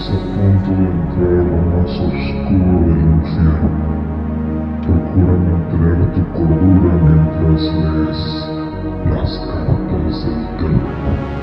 a punto de entrar a lo más oscuro del infierno. Procura mantener tu cordura mientras lees las cartas del terror.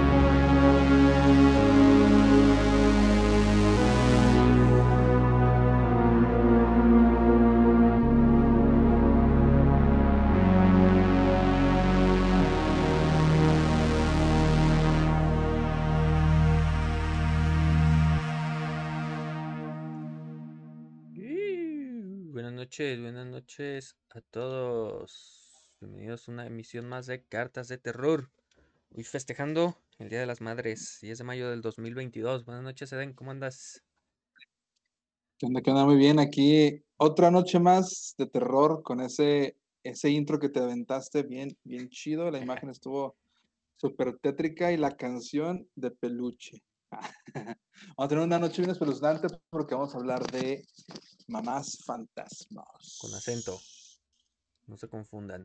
Buenas noches a todos. Bienvenidos a una emisión más de Cartas de Terror. Hoy festejando el Día de las Madres, 10 de mayo del 2022. Buenas noches, Eden, ¿cómo andas? ¿Qué onda? ¿Qué onda? Muy bien. Aquí otra noche más de terror con ese intro que te aventaste bien chido. La imagen estuvo súper tétrica y la canción de peluche. Vamos a tener una noche bien espeluznante porque vamos a hablar de mamás Con acento, fantasmas. no se confundan.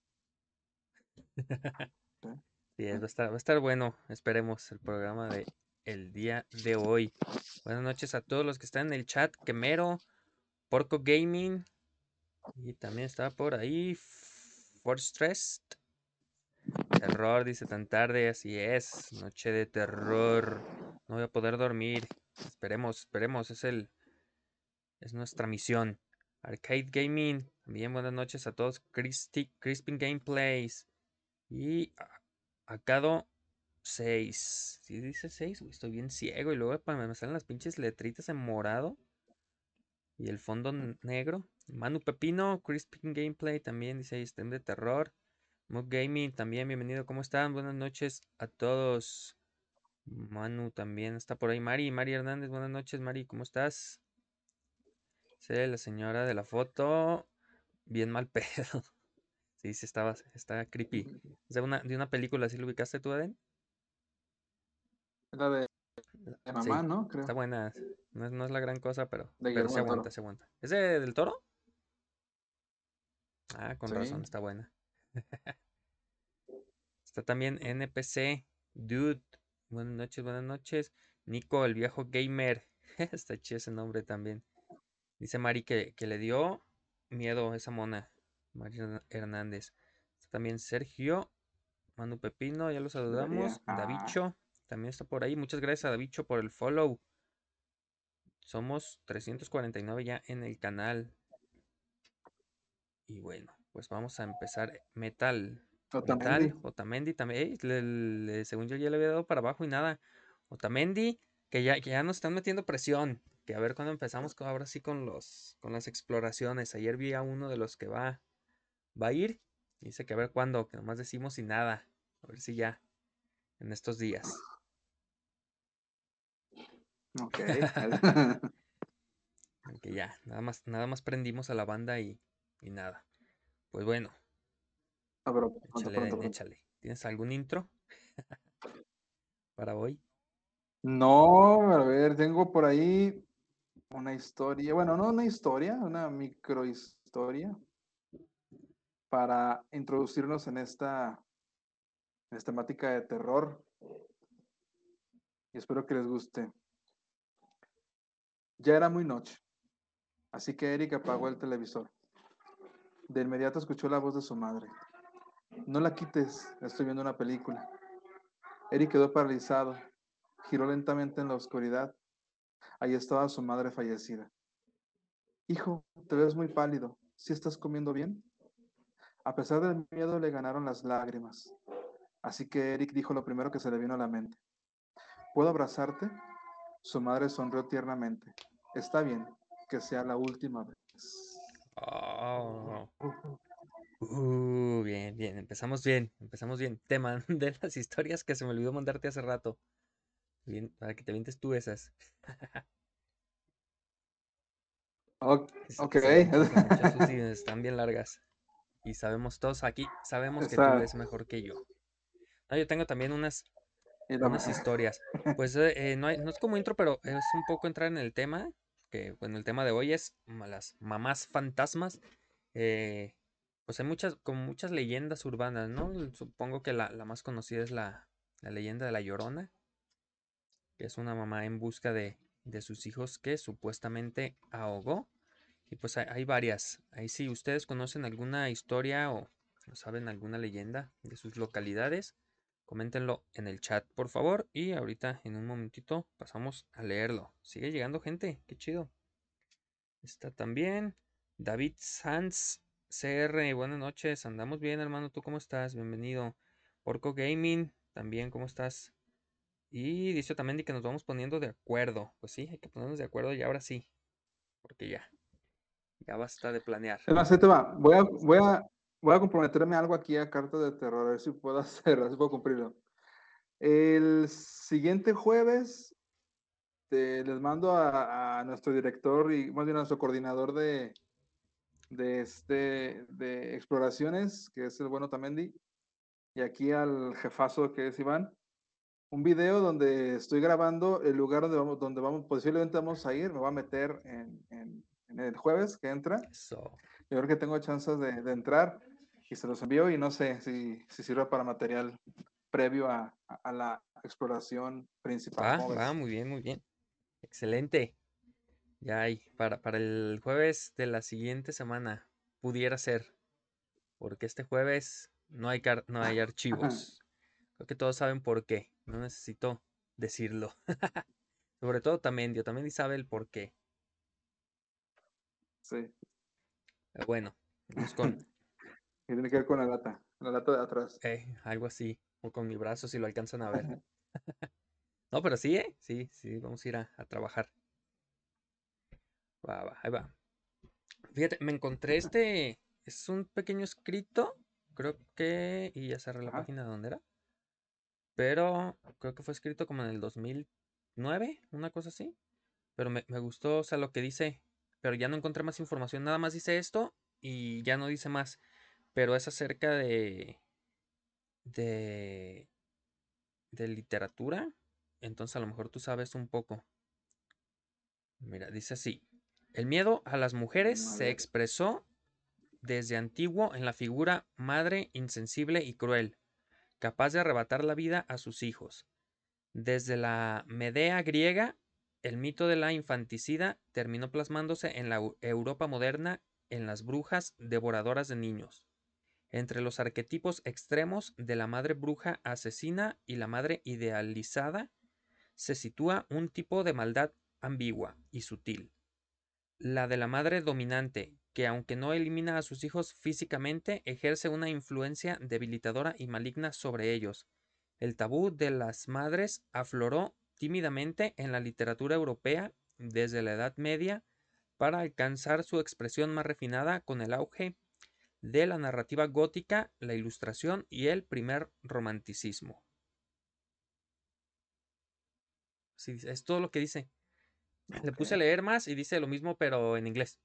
¿Eh? Sí, va a estar bueno, esperemos, el programa de el día de hoy. Buenas noches a todos los que están en el chat. Quemero, Porco Gaming, y también está por ahí Force Stress. Terror, dice tan tarde, así es. Noche de terror. No voy a poder dormir. Esperemos, es nuestra misión. Arcade Gaming, también buenas noches a todos. Crispin Gameplays. Y Acado 6. ¿Sí dice 6? Uy, estoy bien ciego. Y luego me salen las pinches letritas en morado. Y el fondo negro. Manu Pepino, Crispin Gameplay también dice ahí stream de terror. Moog Gaming también, bienvenido, ¿cómo están? Buenas noches a todos. Manu también está por ahí. Mari Hernández, buenas noches, Mari, ¿cómo estás? Sí, la señora de la foto, bien mal pedo. Sí, sí, está creepy. Es de una película, ¿sí lo ubicaste tú, Eden? La de mamá, Sí, ¿no? está Creo. buena. No es la gran cosa, De pero Guillermo del Toro. se aguanta. ¿Es del Toro? Ah, con razón, Sí. está buena. Está también NPC, Dude. Buenas noches, buenas noches. Nico, el viejo gamer. Está chido ese nombre también. Dice Mari que le dio miedo esa mona. Mari Hernández. Está también Sergio, Manu Pepino, ya lo Debería. saludamos. Ah. Davicho, también está por ahí. Muchas gracias a Davicho por el follow. Somos 349 ya en el canal. Y bueno, pues vamos a empezar. Otamendi. Otamendi también. Según yo ya le había dado para abajo y nada. Otamendi, que ya nos están metiendo presión. Que a ver cuándo empezamos ahora sí con las exploraciones. Ayer vi a uno de los que va a ir. Dice que a ver cuándo, que nomás decimos y nada. A ver si ya, en estos días. Ok. Que ya, nada más prendimos a la banda y nada. Pues bueno, Ah, pero pronto, échale, pronto, Den, pronto. échale. ¿Tienes algún intro para hoy? No, a ver, tengo por ahí una historia, bueno, no una historia, una microhistoria para introducirnos en esta temática de terror y espero que les guste. Ya era muy noche, así que Eric apagó el televisor. De inmediato escuchó la voz de su madre. No la quites, estoy viendo una película. Eric quedó paralizado, giró lentamente en la oscuridad. Ahí estaba su madre fallecida. Hijo, te ves muy pálido. ¿Sí estás comiendo bien? A pesar del miedo le ganaron las lágrimas. Así que Eric dijo lo primero que se le vino a la mente. ¿Puedo abrazarte? Su madre sonrió tiernamente. Está bien, que sea la última vez. Oh, bien, empezamos bien. Tema de las historias que se me olvidó mandarte hace rato. Bien, para que te vientes tú esas. Ok. Sí, muchas sí, están bien largas. Y sabemos todos aquí, sabemos que tú Está. lees mejor que yo. No, yo tengo también Y unas historias. Pues no es como intro, pero es un poco entrar en el tema. Que bueno, el tema de hoy es las mamás fantasmas. Eh, pues hay como muchas leyendas urbanas, ¿no? Supongo que la más conocida es la leyenda de la Llorona, que es una mamá en busca de sus hijos que supuestamente ahogó. Y pues hay varias. Ahí si ustedes conocen alguna historia o saben alguna leyenda de sus localidades, coméntenlo en el chat, por favor. Y ahorita en un momentito pasamos a leerlo. Sigue llegando gente, qué chido. Está también David Sanz CR. Buenas noches, andamos bien, hermano. ¿Tú cómo estás? Bienvenido. Porco Gaming, también, ¿cómo estás? Y dice también que nos vamos poniendo de acuerdo. Pues sí, hay que ponernos de acuerdo y ahora sí, porque ya basta de planear. Además, ahí te va. Voy a comprometerme a algo aquí a carta de terror, a ver si puedo hacerlo, a ver si puedo cumplirlo. El siguiente jueves les mando a nuestro director y más bien a nuestro coordinador de exploraciones, que es el bueno Tamendi, y aquí al jefazo que es Iván, un video donde estoy grabando el lugar donde vamos, posiblemente vamos a ir, me voy a meter en el jueves que entra. Eso. Yo creo que tengo chances de entrar y se los envío y no sé si sirve para material previo a la exploración principal. ¿Cómo Va, ves? muy bien, muy bien. Excelente. Ya hay. Para el jueves de la siguiente semana. Pudiera ser. Porque este jueves no hay archivos. Creo que todos saben por qué. No necesito decirlo. Sobre todo Tamendio. Tamendi sabe el por qué. Sí. Bueno, vamos con Y tiene que ver con la lata de atrás. algo así. O con mi brazo si lo alcanzan a ver. No, pero sí, ¿eh? Sí, sí, vamos a ir a trabajar. Va, ahí va. Fíjate, me encontré es un pequeño escrito, creo que, y ya cerré la Ajá. página de donde era, pero creo que fue escrito como en el 2009, una cosa así, pero me gustó, o sea, lo que dice, pero ya no encontré más información, nada más dice esto y ya no dice más, pero es acerca de, de literatura, entonces a lo mejor tú sabes un poco. Mira, dice así, el miedo a las mujeres A se ver. expresó desde antiguo en la figura madre insensible y cruel, capaz de arrebatar la vida a sus hijos. Desde la Medea griega, el mito de la infanticida terminó plasmándose en la Europa moderna en las brujas devoradoras de niños. Entre los arquetipos extremos de la madre bruja asesina y la madre idealizada se sitúa un tipo de maldad ambigua y sutil, la de la madre dominante, que aunque no elimina a sus hijos físicamente, ejerce una influencia debilitadora y maligna sobre ellos. El tabú de las madres afloró tímidamente en la literatura europea desde la Edad Media para alcanzar su expresión más refinada con el auge de la narrativa gótica, la ilustración y el primer romanticismo. Sí, es todo lo que dice. Le puse a Ok. leer más y dice lo mismo pero en inglés.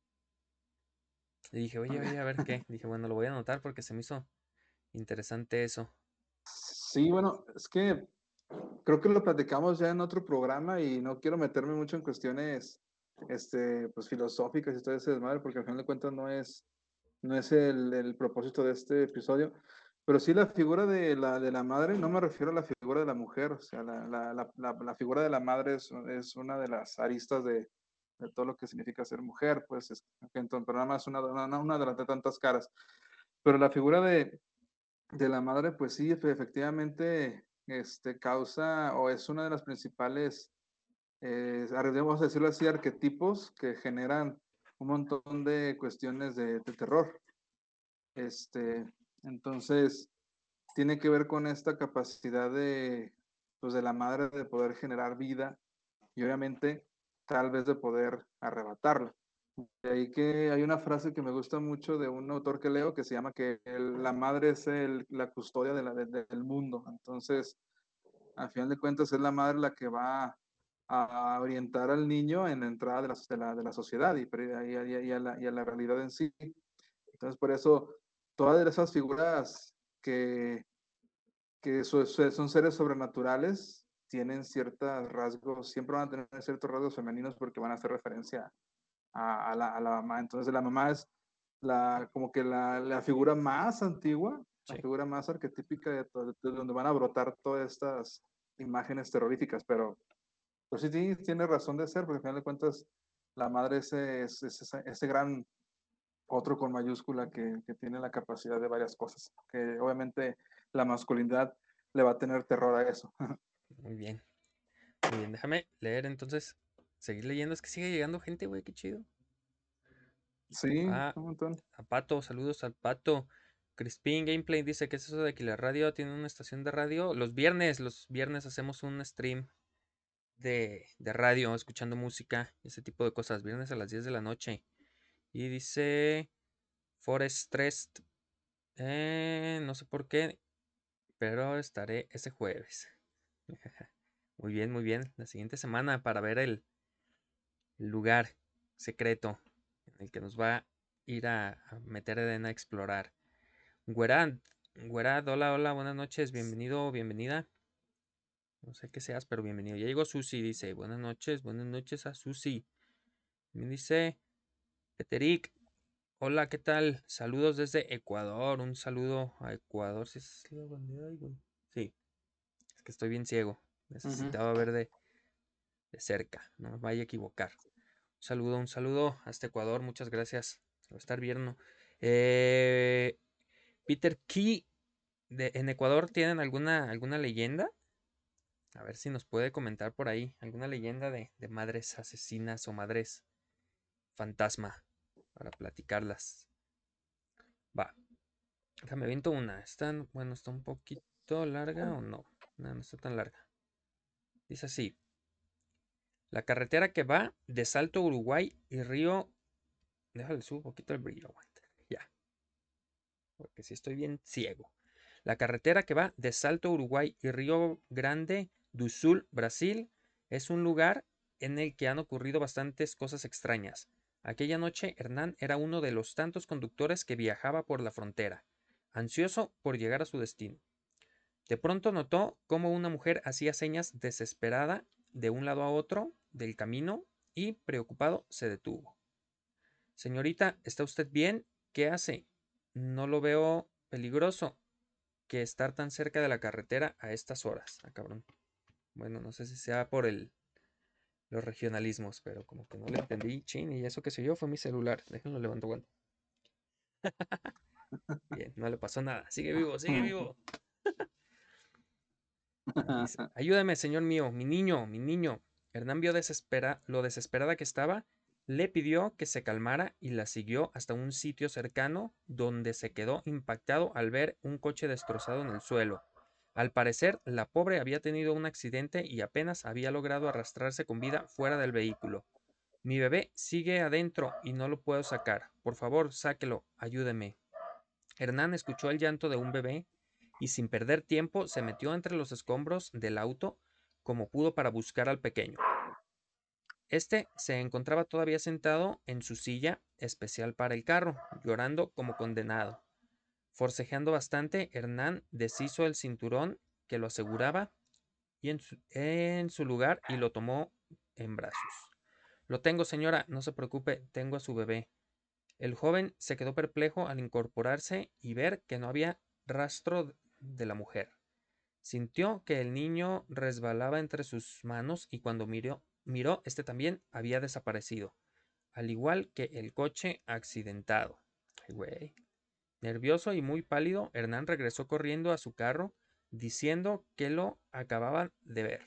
Y dije, oye, a ver qué. Dije, bueno, lo voy a anotar porque se me hizo interesante eso. Sí, bueno, es que creo que lo platicamos ya en otro programa y no quiero meterme mucho en cuestiones pues filosóficas y todo ese desmadre, porque al final de cuentas no es el propósito de este episodio. Pero sí la figura de la madre, no me refiero a la figura de la mujer, o sea, la figura de la madre es una de las aristas de todo lo que significa ser mujer, pues, entonces, pero nada más una de las de tantas caras. Pero la figura de la madre, pues sí, efectivamente, causa o es una de las principales, vamos a decirlo así, arquetipos que generan un montón de cuestiones de terror. Este, entonces, tiene que ver con esta capacidad pues, de la madre de poder generar vida y obviamente tal vez de poder arrebatarla. De ahí que hay una frase que me gusta mucho de un autor que leo que se llama que la madre es la custodia del mundo. Entonces, al final de cuentas, es la madre la que va a orientar al niño en la entrada de la sociedad y a la realidad en sí. Entonces, por eso, todas esas figuras que son seres sobrenaturales tienen ciertos rasgos, siempre van a tener ciertos rasgos femeninos porque van a hacer referencia a la mamá. Entonces la mamá es como que la figura más antigua, la Sí. figura más arquetípica de donde van a brotar todas estas imágenes terroríficas, pero Pero sí tiene razón de ser, porque al final de cuentas la madre ese gran otro con mayúscula que tiene la capacidad de varias cosas, que obviamente la masculinidad le va a tener terror a eso. Muy bien. Muy bien, déjame leer entonces. Seguir leyendo. Es que sigue llegando gente, güey, qué chido. Sí, Ah, un montón. a Pato, saludos al Pato. Crispin Gameplay dice que es eso de que la radio tiene una estación de radio. Los viernes hacemos un stream de radio, escuchando música, ese tipo de cosas. Viernes a las 10 de la noche. Y dice Forest 3, no sé por qué, pero estaré ese jueves. Muy bien, muy bien. La siguiente semana para ver el lugar secreto en el que nos va a ir a meter a explorar. Güerad, Güerad, hola, hola, buenas noches, bienvenido, bienvenida. No sé qué seas, pero bienvenido. Ya llegó Susi, dice, buenas noches a Susi. Me dice Peteric, hola, ¿qué tal? Saludos desde Ecuador, un saludo a Ecuador. ¿Sí es la bandera ahí, güey? Sí, es que estoy bien ciego. Necesitaba ver de cerca, no me vaya a equivocar. Un saludo hasta Ecuador, muchas gracias por estar viendo. Peter Key, en Ecuador tienen alguna leyenda? A ver si nos puede comentar por ahí, alguna leyenda de madres asesinas o madres fantasma para platicarlas. Va, déjame viento una. Bueno, está un poquito larga o no. No, no está tan larga. Dice así. La carretera que va de Salto Uruguay y Río. Déjale subir un poquito el brillo, aguanta. Ya, porque si estoy bien ciego. La carretera que va de Salto Uruguay y Río Grande do Sul, Brasil, es un lugar en el que han ocurrido bastantes cosas extrañas. Aquella noche Hernán era uno de los tantos conductores que viajaba por la frontera, ansioso por llegar a su destino. De pronto notó cómo una mujer hacía señas desesperada de un lado a otro del camino y, preocupado, se detuvo. Señorita, ¿está usted bien? ¿Qué hace? No lo veo peligroso que estar tan cerca de la carretera a estas horas. Ah, cabrón. Bueno, no sé si sea por los regionalismos, pero como que no le entendí. Chin, y eso que sé yo fue mi celular. Déjenlo levanto, bueno. Bien, no le pasó nada. Sigue vivo, sigue vivo. Dice, ayúdame, señor mío, mi niño, mi niño. Hernán vio lo desesperada que estaba, le pidió que se calmara y la siguió hasta un sitio cercano donde se quedó impactado al ver un coche destrozado en el suelo. Al parecer, la pobre había tenido un accidente y apenas había logrado arrastrarse con vida fuera del vehículo. Mi bebé sigue adentro y no lo puedo sacar. Por favor, sáquelo, ayúdeme. Hernán escuchó el llanto de un bebé y sin perder tiempo se metió entre los escombros del auto como pudo para buscar al pequeño. Este se encontraba todavía sentado en su silla especial para el carro, llorando como condenado. Forcejeando bastante, Hernán deshizo el cinturón que lo aseguraba y en su lugar y lo tomó en brazos. Lo tengo, señora, no se preocupe, tengo a su bebé. El joven se quedó perplejo al incorporarse y ver que no había rastro de la mujer. Sintió que el niño resbalaba entre sus manos y cuando miró, este también había desaparecido, al igual que el coche accidentado. Ay, güey. Nervioso y muy pálido, Hernán regresó corriendo a su carro, diciendo que lo acababan de ver.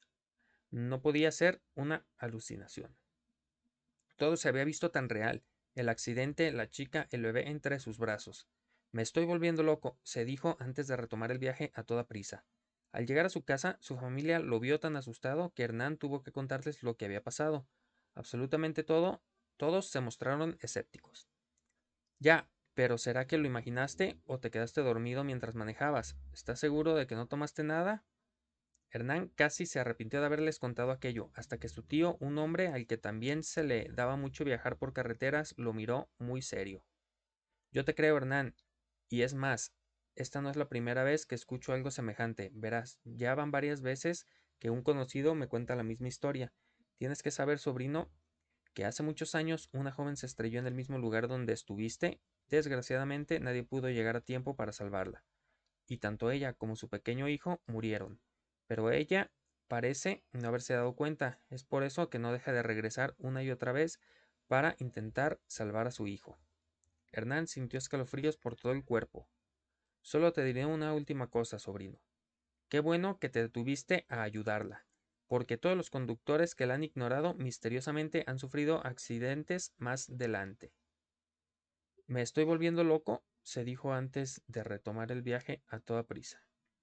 No podía ser una alucinación. Todo se había visto tan real. El accidente, la chica, el bebé entre sus brazos. Me estoy volviendo loco, se dijo antes de retomar el viaje a toda prisa. Al llegar a su casa, su familia lo vio tan asustado que Hernán tuvo que contarles lo que había pasado. Absolutamente todo, todos se mostraron escépticos. Ya, pero ¿será que lo imaginaste o te quedaste dormido mientras manejabas? ¿Estás seguro de que no tomaste nada? Hernán casi se arrepintió de haberles contado aquello, hasta que su tío, un hombre al que también se le daba mucho viajar por carreteras, lo miró muy serio. Yo te creo, Hernán, y es más, esta no es la primera vez que escucho algo semejante. Verás, ya van varias veces que un conocido me cuenta la misma historia. Tienes que saber, sobrino, que hace muchos años una joven se estrelló en el mismo lugar donde estuviste. Desgraciadamente nadie pudo llegar a tiempo para salvarla, y tanto ella como su pequeño hijo murieron. Pero ella parece no haberse dado cuenta. Es por eso que no deja de regresar una y otra vez para intentar salvar a su hijo. Hernán sintió escalofríos por todo el cuerpo. Solo te diré una última cosa, sobrino. Qué bueno que te detuviste a ayudarla, porque todos los conductores que la han ignorado misteriosamente han sufrido accidentes más delante. Me estoy volviendo loco, se dijo antes de retomar el viaje a toda prisa.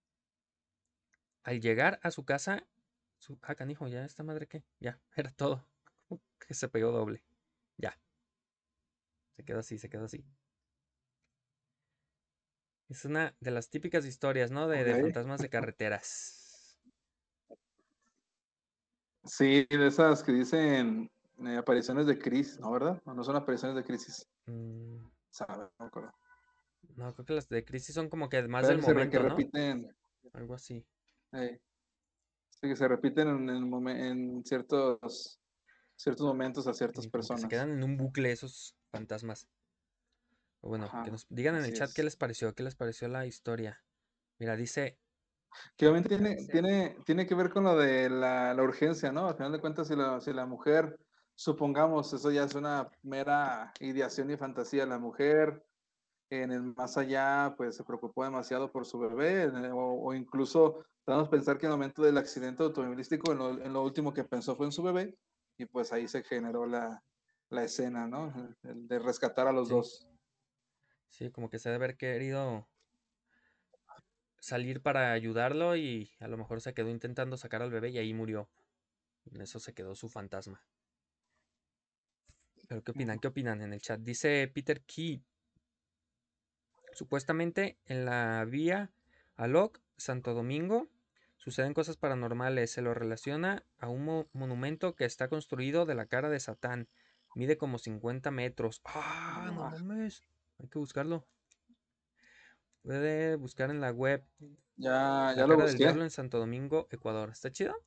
Al llegar a su casa, canijo, ya esta madre qué, ya, era todo. Que se pegó doble. Ya, se quedó así, se quedó así. Es una de las típicas historias, ¿no? De Ok. fantasmas de carreteras. Sí, de esas que dicen apariciones de crisis, ¿no, verdad? No, no son apariciones de crisis. Mm, ¿Sabe? No me acuerdo. no, creo que las de crisis son como que más Pero del que momento, ¿no? repiten, Algo así. eh, sí, que se repiten en ciertos momentos a ciertas Como que se personas. quedan en un bucle esos fantasmas. O bueno, que Ajá, nos digan en el así chat es. qué les pareció la historia. Mira, dice, Que obviamente tiene que ver con lo de la urgencia, ¿no? Al final de cuentas, si la mujer, supongamos, eso ya es una mera ideación y fantasía, la mujer en el más allá, pues se preocupó demasiado por su bebé, o incluso podemos pensar que en el momento del accidente automovilístico, en lo último que pensó fue en su bebé, y pues ahí se generó la escena, ¿no? El de rescatar a los sí, dos. sí, como que se debe haber querido salir para ayudarlo y a lo mejor se quedó intentando sacar al bebé y ahí murió. En eso se quedó su fantasma. Pero ¿qué opinan? ¿Qué opinan en el chat? Dice Peter Key, supuestamente en la vía Alok, Santo Domingo, suceden cosas paranormales. Se lo relaciona a un monumento que está construido de la cara de Satán. Mide como 50 metros. Ah, no Ah, mames. Hay que buscarlo. Puede buscar en la web La ya lo cara del busqué, diablo en Santo Domingo, Ecuador. ¿Está chido?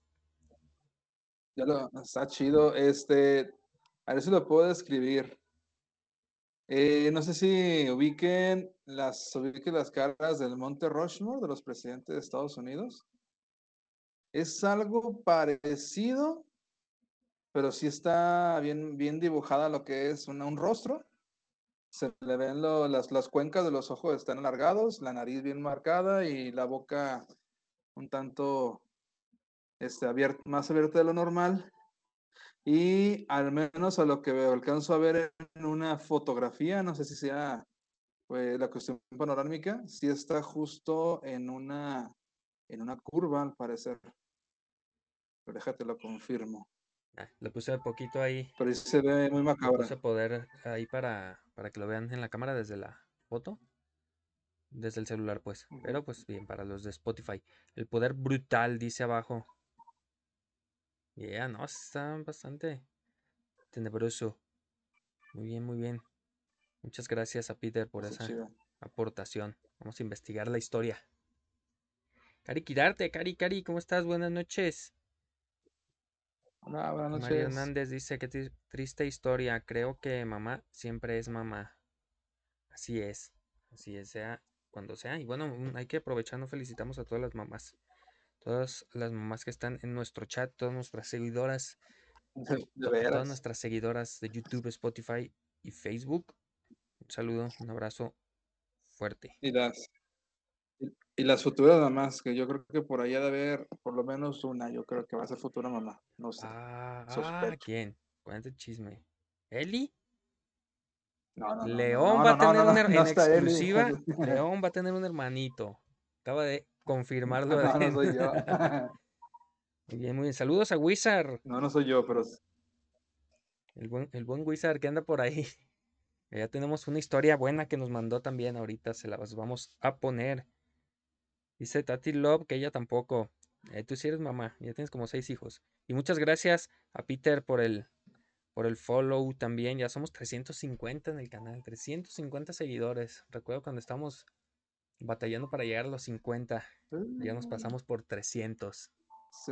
está chido. A ver si lo puedo describir. No sé si ubiquen las caras del Monte Rushmore de los presidentes de Estados Unidos. Es algo parecido, pero sí está bien dibujada lo que es un rostro. Se le ven las cuencas de los ojos están alargados, la nariz bien marcada y la boca un tanto más abierta de lo normal. Y al menos a lo que alcanzo a ver en una fotografía, no sé si sea pues, la cuestión panorámica, sí está justo en una curva al parecer. Pero déjate lo confirmo. Ah, le puse poquito ahí. Pero sí se ve muy Le macabra. puse poder ahí para que lo vean en la cámara desde la foto. Desde el celular, pues. Ujú. Pero pues bien, para los de Spotify. El poder brutal, dice abajo. Ya, no, está bastante tenebroso. Muy bien, muy bien. Muchas gracias a Peter por Está esa chido. aportación. Vamos a investigar la historia. Cari Quirarte, Cari, ¿cómo estás? Buenas noches. Hola, buenas Y María noches. Hernández dice que triste historia. Creo que mamá siempre es mamá. Así es, sea cuando sea. Y bueno, hay que aprovechar, nos felicitamos a todas las mamás que están en nuestro chat, todas nuestras seguidoras, De todas veras. nuestras seguidoras de YouTube, Spotify y Facebook. Un saludo, un abrazo fuerte. Y y las futuras mamás, que yo creo que por ahí ha de haber por lo menos una, yo creo que va a ser futura mamá. No sé, sospecho. ¿Quién? Cuenta el chisme. ¿Eli? No, León va no, a no, tener no, no, un, no en está Eli. exclusiva, León va a tener un hermanito. Acaba de confirmarlo. No, no soy yo. Muy bien, muy bien. Saludos a Wizard. No, no soy yo, pero El buen Wizard que anda por ahí. Ya tenemos una historia buena que nos mandó también. Ahorita se las vamos a poner. Dice Tati Love que ella tampoco. Tú sí eres mamá. Ya tienes como 6 hijos. Y muchas gracias a Peter por el follow también. Ya somos 350 en el canal. 350 seguidores. Recuerdo cuando estábamos batallando para llegar a los 50. Ya nos pasamos por 300. sí.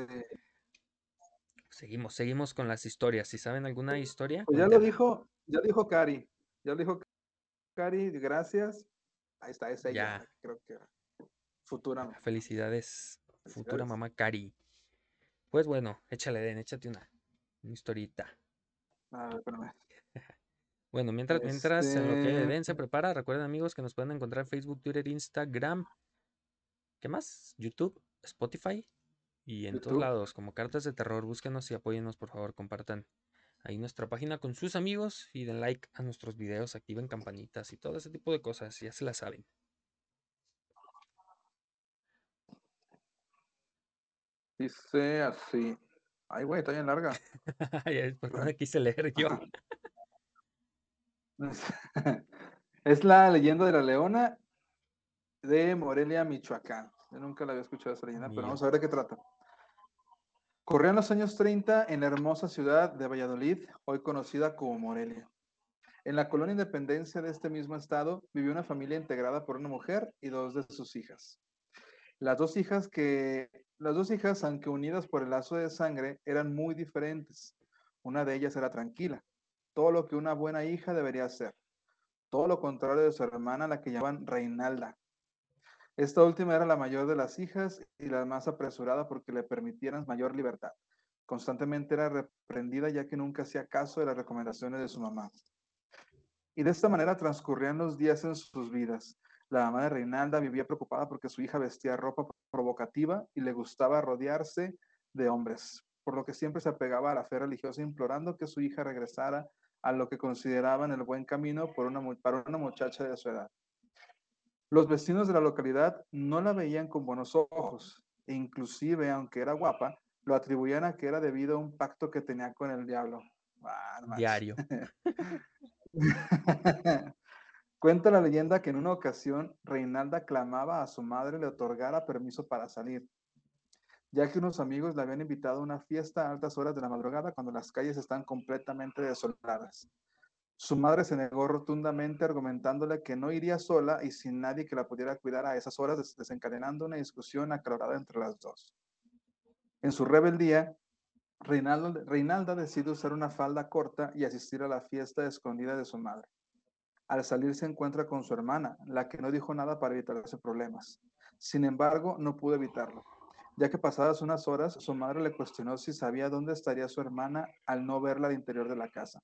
Seguimos con las historias. Si saben alguna historia, Pues cuéntenla. ya lo dijo Cari. Ya lo dijo Cari, gracias. Ahí está, es ella, Ya. creo que futura mamá. Felicidades, futura Felicidades. mamá Cari. Pues bueno, échate una historita. A ver, espérame. Bueno, mientras en lo que Este, Den se prepara, recuerden amigos que nos pueden encontrar en Facebook, Twitter, Instagram, ¿qué más? YouTube, Spotify y en todos YouTube. lados como Cartas de Terror. Búsquenos y apóyennos, por favor, compartan ahí nuestra página con sus amigos y den like a nuestros videos, activen campanitas y todo ese tipo de cosas, ya se las saben. Dice así. Ay, güey, está bien larga. ¿Por qué no la quise leer yo? Es la leyenda de la Leona de Morelia, Michoacán. Yo nunca la había escuchado esa leyenda, Ni pero yo. vamos a ver de qué trata. Corrían los años 30 en la hermosa ciudad de Valladolid, hoy conocida como Morelia. En la colonia Independencia de este mismo estado vivió una familia integrada por una mujer y dos de sus hijas. Las dos hijas, aunque unidas por el lazo de sangre, eran muy diferentes. Una de ellas era tranquila, todo lo que una buena hija debería ser, todo lo contrario de su hermana, la que llamaban Reinalda. Esta última era la mayor de las hijas y la más apresurada porque le permitieran mayor libertad. Constantemente era reprendida ya que nunca hacía caso de las recomendaciones de su mamá. Y de esta manera transcurrían los días en sus vidas. La mamá de Reinalda vivía preocupada porque su hija vestía ropa provocativa y le gustaba rodearse de hombres, por lo que siempre se apegaba a la fe religiosa implorando que su hija regresara a lo que consideraban el buen camino para una muchacha de su edad. Los vecinos de la localidad no la veían con buenos ojos, e inclusive, aunque era guapa, lo atribuían a que era debido a un pacto que tenía con el diablo. Ah, no manches. Diario. Cuenta la leyenda que en una ocasión Reinalda clamaba a su madre le otorgara permiso para salir, ya que unos amigos le habían invitado a una fiesta a altas horas de la madrugada cuando las calles están completamente desoladas. Su madre se negó rotundamente argumentándole que no iría sola y sin nadie que la pudiera cuidar a esas horas, desencadenando una discusión acalorada entre las dos. En su rebeldía, Reinalda decide usar una falda corta y asistir a la fiesta escondida de su madre. Al salir se encuentra con su hermana, la que no dijo nada para evitarse problemas. Sin embargo, no pudo evitarlo, ya que pasadas unas horas su madre le cuestionó si sabía dónde estaría su hermana al no verla al interior de la casa.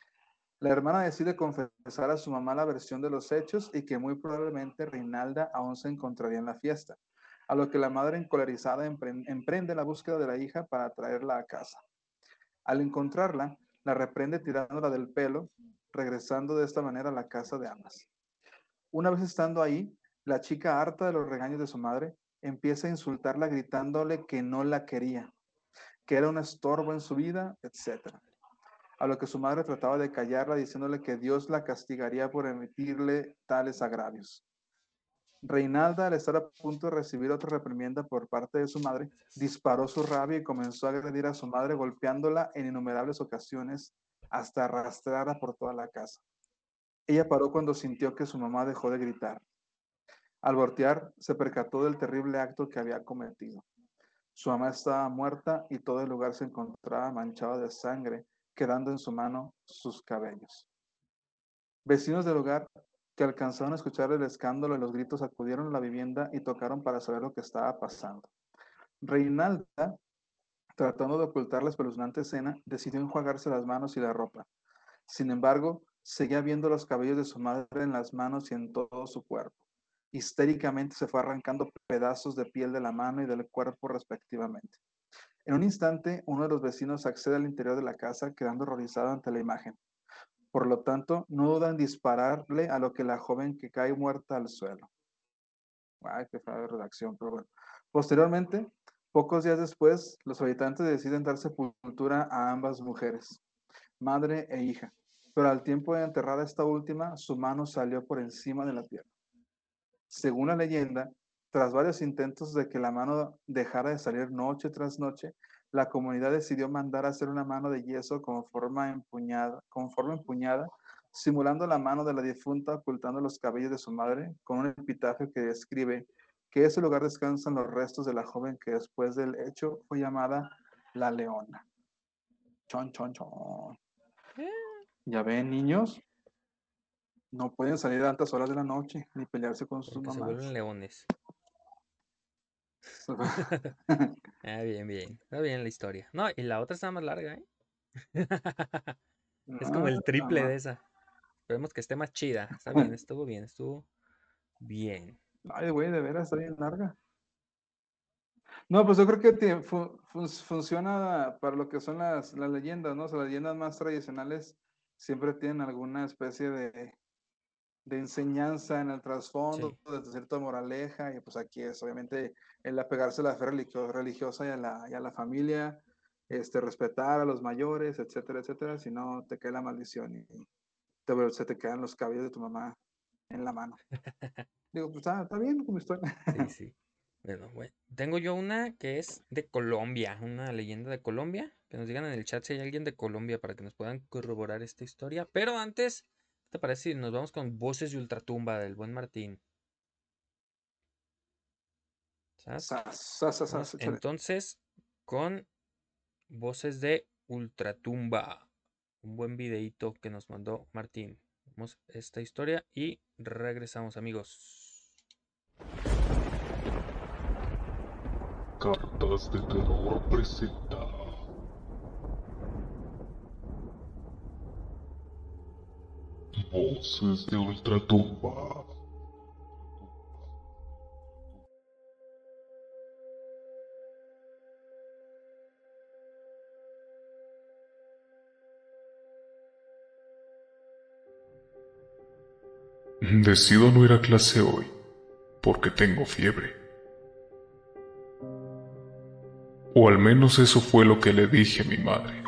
La hermana decide confesar a su mamá la versión de los hechos y que muy probablemente Reinalda aún se encontraría en la fiesta, a lo que la madre encolerizada emprende la búsqueda de la hija para traerla a casa. Al encontrarla, la reprende tirándola del pelo, regresando de esta manera a la casa de ambas. Una vez estando ahí, la chica, harta de los regaños de su madre, empieza a insultarla gritándole que no la quería, que era un estorbo en su vida, etc. A lo que su madre trataba de callarla diciéndole que Dios la castigaría por emitirle tales agravios. Reinalda, al estar a punto de recibir otra reprimienda por parte de su madre, disparó su rabia y comenzó a agredir a su madre golpeándola en innumerables ocasiones hasta arrastrarla por toda la casa. Ella paró cuando sintió que su mamá dejó de gritar. Al voltear, se percató del terrible acto que había cometido. Su mamá estaba muerta y todo el lugar se encontraba manchado de sangre, quedando en su mano sus cabellos. Vecinos del lugar que alcanzaron a escuchar el escándalo y los gritos acudieron a la vivienda y tocaron para saber lo que estaba pasando. Reinalda, tratando de ocultar la espeluznante escena, decidió enjuagarse las manos y la ropa. Sin embargo, seguía viendo los cabellos de su madre en las manos y en todo su cuerpo. Histéricamente se fue arrancando pedazos de piel de la mano y del cuerpo respectivamente. En un instante, uno de los vecinos accede al interior de la casa, quedando horrorizado ante la imagen. Por lo tanto, no duda en dispararle a lo que la joven que cae muerta al suelo. Ay, qué fea redacción, pero bueno. Posteriormente, pocos días después, los habitantes deciden dar sepultura a ambas mujeres, madre e hija. Pero al tiempo de enterrar a esta última, su mano salió por encima de la tierra. Según la leyenda, tras varios intentos de que la mano dejara de salir noche tras noche, la comunidad decidió mandar a hacer una mano de yeso con forma empuñada, simulando la mano de la difunta ocultando los cabellos de su madre, con un epitafio que describe que ese lugar descansan los restos de la joven que después del hecho fue llamada la Leona. Chon, chon, chon. Ya ven, niños, no pueden salir a altas horas de la noche ni pelearse con sus Porque se vuelven mamás. leones. Ah, bien, bien. Está bien la historia. No, y la otra está más larga, ¿eh? Es como el triple de Ah, esa. Esperemos que esté más chida. Está bien, estuvo bien, estuvo bien. ay, güey, de veras, está bien larga. No, pues yo creo que funciona para lo que son las leyendas, ¿no? O sea, las leyendas más tradicionales siempre tienen alguna especie de enseñanza en el Sí. trasfondo, de cierta moraleja, y pues aquí es obviamente el apegarse a la fe religiosa y a la familia, respetar a los mayores, etcétera, etcétera, si no te cae la maldición y se te quedan los cabellos de tu mamá en la mano. Digo, pues está bien como historia. Sí, sí. Bueno, tengo yo una que es de Colombia, una leyenda de Colombia. Que nos digan en el chat si hay alguien de Colombia para que nos puedan corroborar esta historia. Pero antes, ¿qué te parece si nos vamos con Voces de Ultratumba del buen Martín? ¿Sabes? Vamos Échale. entonces con Voces de Ultratumba. Un buen videíto que nos mandó Martín. Vamos a esta historia y regresamos, amigos. Cartas de Terror presenta Voces de Ultratumba. Decido no ir a clase hoy porque tengo fiebre. O al menos eso fue lo que le dije a mi madre.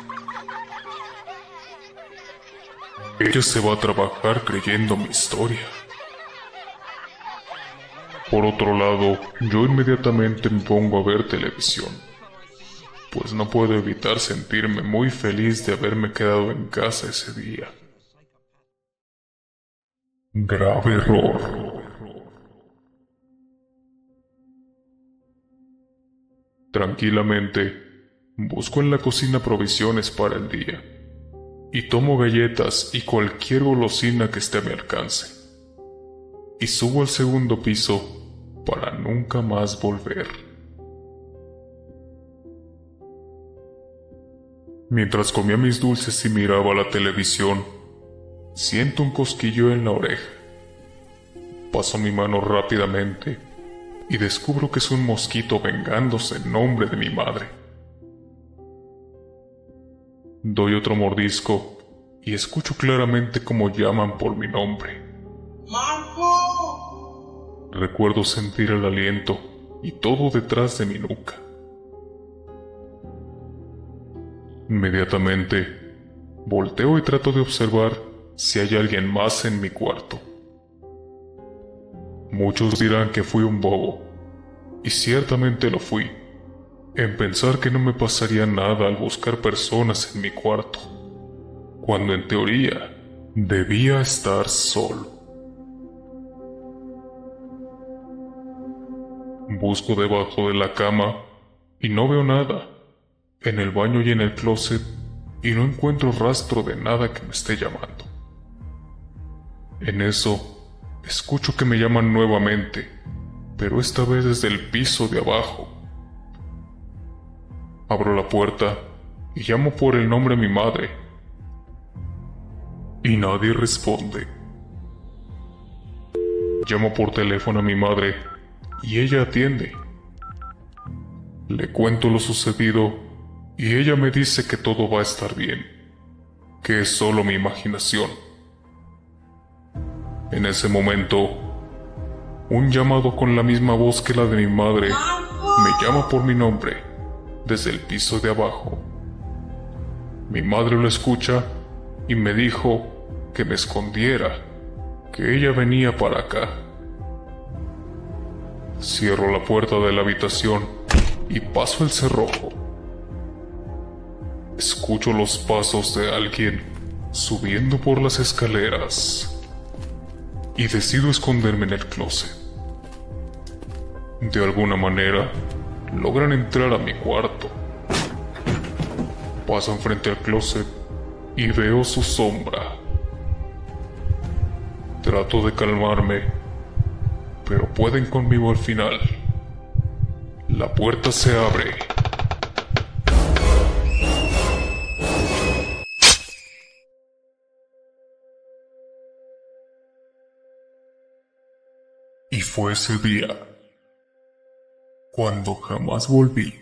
Ella se va a trabajar creyendo mi historia. Por otro lado, yo inmediatamente me pongo a ver televisión, pues no puedo evitar sentirme muy feliz de haberme quedado en casa ese día. Grave error. Tranquilamente, busco en la cocina provisiones para el día y tomo galletas y cualquier golosina que esté a mi alcance. Y subo al segundo piso para nunca más volver. Mientras comía mis dulces y miraba la televisión, siento un cosquillo en la oreja. Paso mi mano rápidamente y descubro que es un mosquito vengándose en nombre de mi madre. Doy otro mordisco y escucho claramente cómo llaman por mi nombre. ¡Marco! Recuerdo sentir el aliento y todo detrás de mi nuca. Inmediatamente, volteo y trato de observar si hay alguien más en mi cuarto. Muchos dirán que fui un bobo, y ciertamente lo fui, en pensar que no me pasaría nada al buscar personas en mi cuarto, cuando en teoría debía estar solo. Busco debajo de la cama y no veo nada, en el baño y en el closet, y no encuentro rastro de nada que me esté llamando. En eso, escucho que me llaman nuevamente, pero esta vez desde el piso de abajo. Abro la puerta y llamo por el nombre de mi madre. Y nadie responde. Llamo por teléfono a mi madre y ella atiende. Le cuento lo sucedido y ella me dice que todo va a estar bien, que es solo mi imaginación. En ese momento, un llamado con la misma voz que la de mi madre me llama por mi nombre desde el piso de abajo. Mi madre lo escucha y me dijo que me escondiera, que ella venía para acá. Cierro la puerta de la habitación y paso el cerrojo. Escucho los pasos de alguien subiendo por las escaleras y decido esconderme en el closet. De alguna manera, logran entrar a mi cuarto. Pasan frente al closet y veo su sombra. Trato de calmarme, pero pueden conmigo al final. La puerta se abre. Y fue ese día cuando jamás volví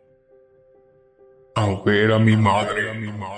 a ver a mi madre.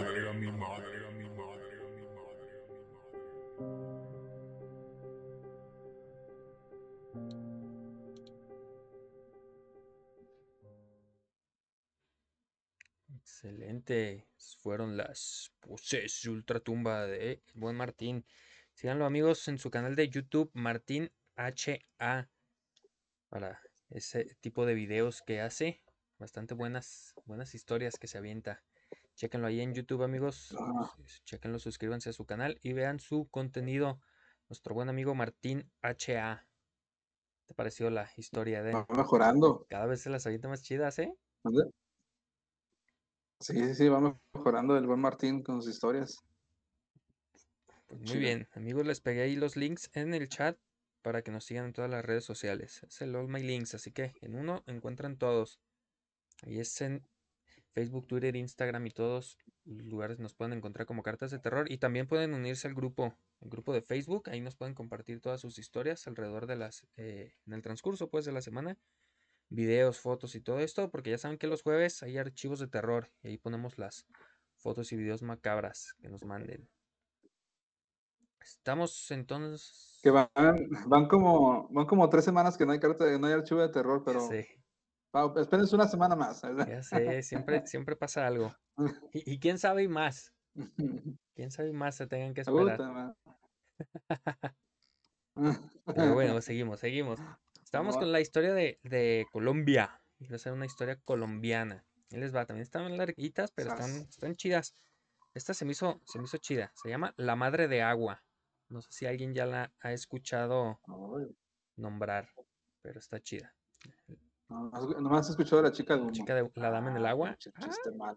Excelente. Fueron las poses ultratumba de el buen Martín. Síganlo amigos en su canal de YouTube, Martín HA, para ese tipo de videos que hace. Bastante buenas historias que se avienta. Chéquenlo ahí en YouTube amigos. Ah, Chéquenlo, suscríbanse a su canal y vean su contenido. Nuestro buen amigo Martín HA. ¿Te pareció la historia de va él? mejorando. Cada vez se las avienta más chidas, ¿eh? ¿Mande? Sí, sí, sí, va mejorando el buen Martín con sus historias. Pues muy Chido. bien, amigos, les pegué ahí los links en el chat para que nos sigan en todas las redes sociales. Es el All My Links, así que en uno encuentran todos. Ahí es en Facebook, Twitter, Instagram y todos los lugares nos pueden encontrar como Cartas de Terror. Y también pueden unirse al grupo, el grupo de Facebook. Ahí nos pueden compartir todas sus historias alrededor de en el transcurso pues de la semana. Videos, fotos y todo esto, porque ya saben que los jueves hay archivos de terror y ahí ponemos las fotos y videos macabras que nos manden. Estamos entonces. Que van como 3 semanas que no hay no hay archivo de terror, Ya pero sé, espérense una semana más. ya sé, siempre pasa algo. Y quién sabe y más. Quién sabe y más se tengan que esperar. Puta madre. Pero bueno, seguimos. Estamos con la historia de Colombia. Quiero hacer una historia colombiana. Ahí les va, también están larguitas, pero Sas. están chidas. Esta se me hizo chida. Se llama La Madre de Agua. No sé si alguien ya la ha escuchado Ay, nombrar, pero está chida. nomás he escuchado a la chica de La humo. chica de la dama en el agua. Pinche chiste mal.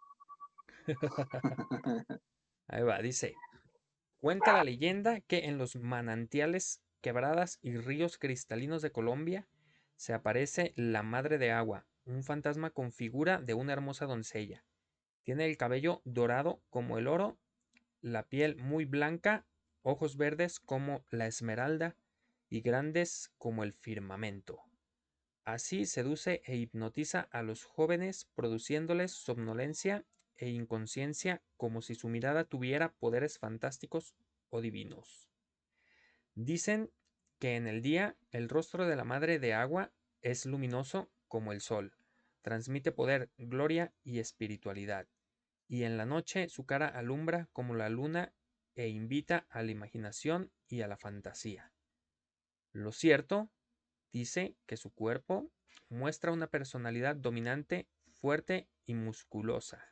Ahí va, dice. Cuenta la leyenda que en los manantiales, quebradas y ríos cristalinos de Colombia se aparece la Madre de Agua, un fantasma con figura de una hermosa doncella. Tiene el cabello dorado como el oro, la piel muy blanca, ojos verdes como la esmeralda y grandes como el firmamento. Así seduce e hipnotiza a los jóvenes, produciéndoles somnolencia e inconsciencia como si su mirada tuviera poderes fantásticos o divinos. Dicen que en el día el rostro de la Madre de Agua es luminoso como el sol, transmite poder, gloria y espiritualidad, y en la noche su cara alumbra como la luna e invita a la imaginación y a la fantasía. Lo cierto, dice que su cuerpo muestra una personalidad dominante, fuerte y musculosa.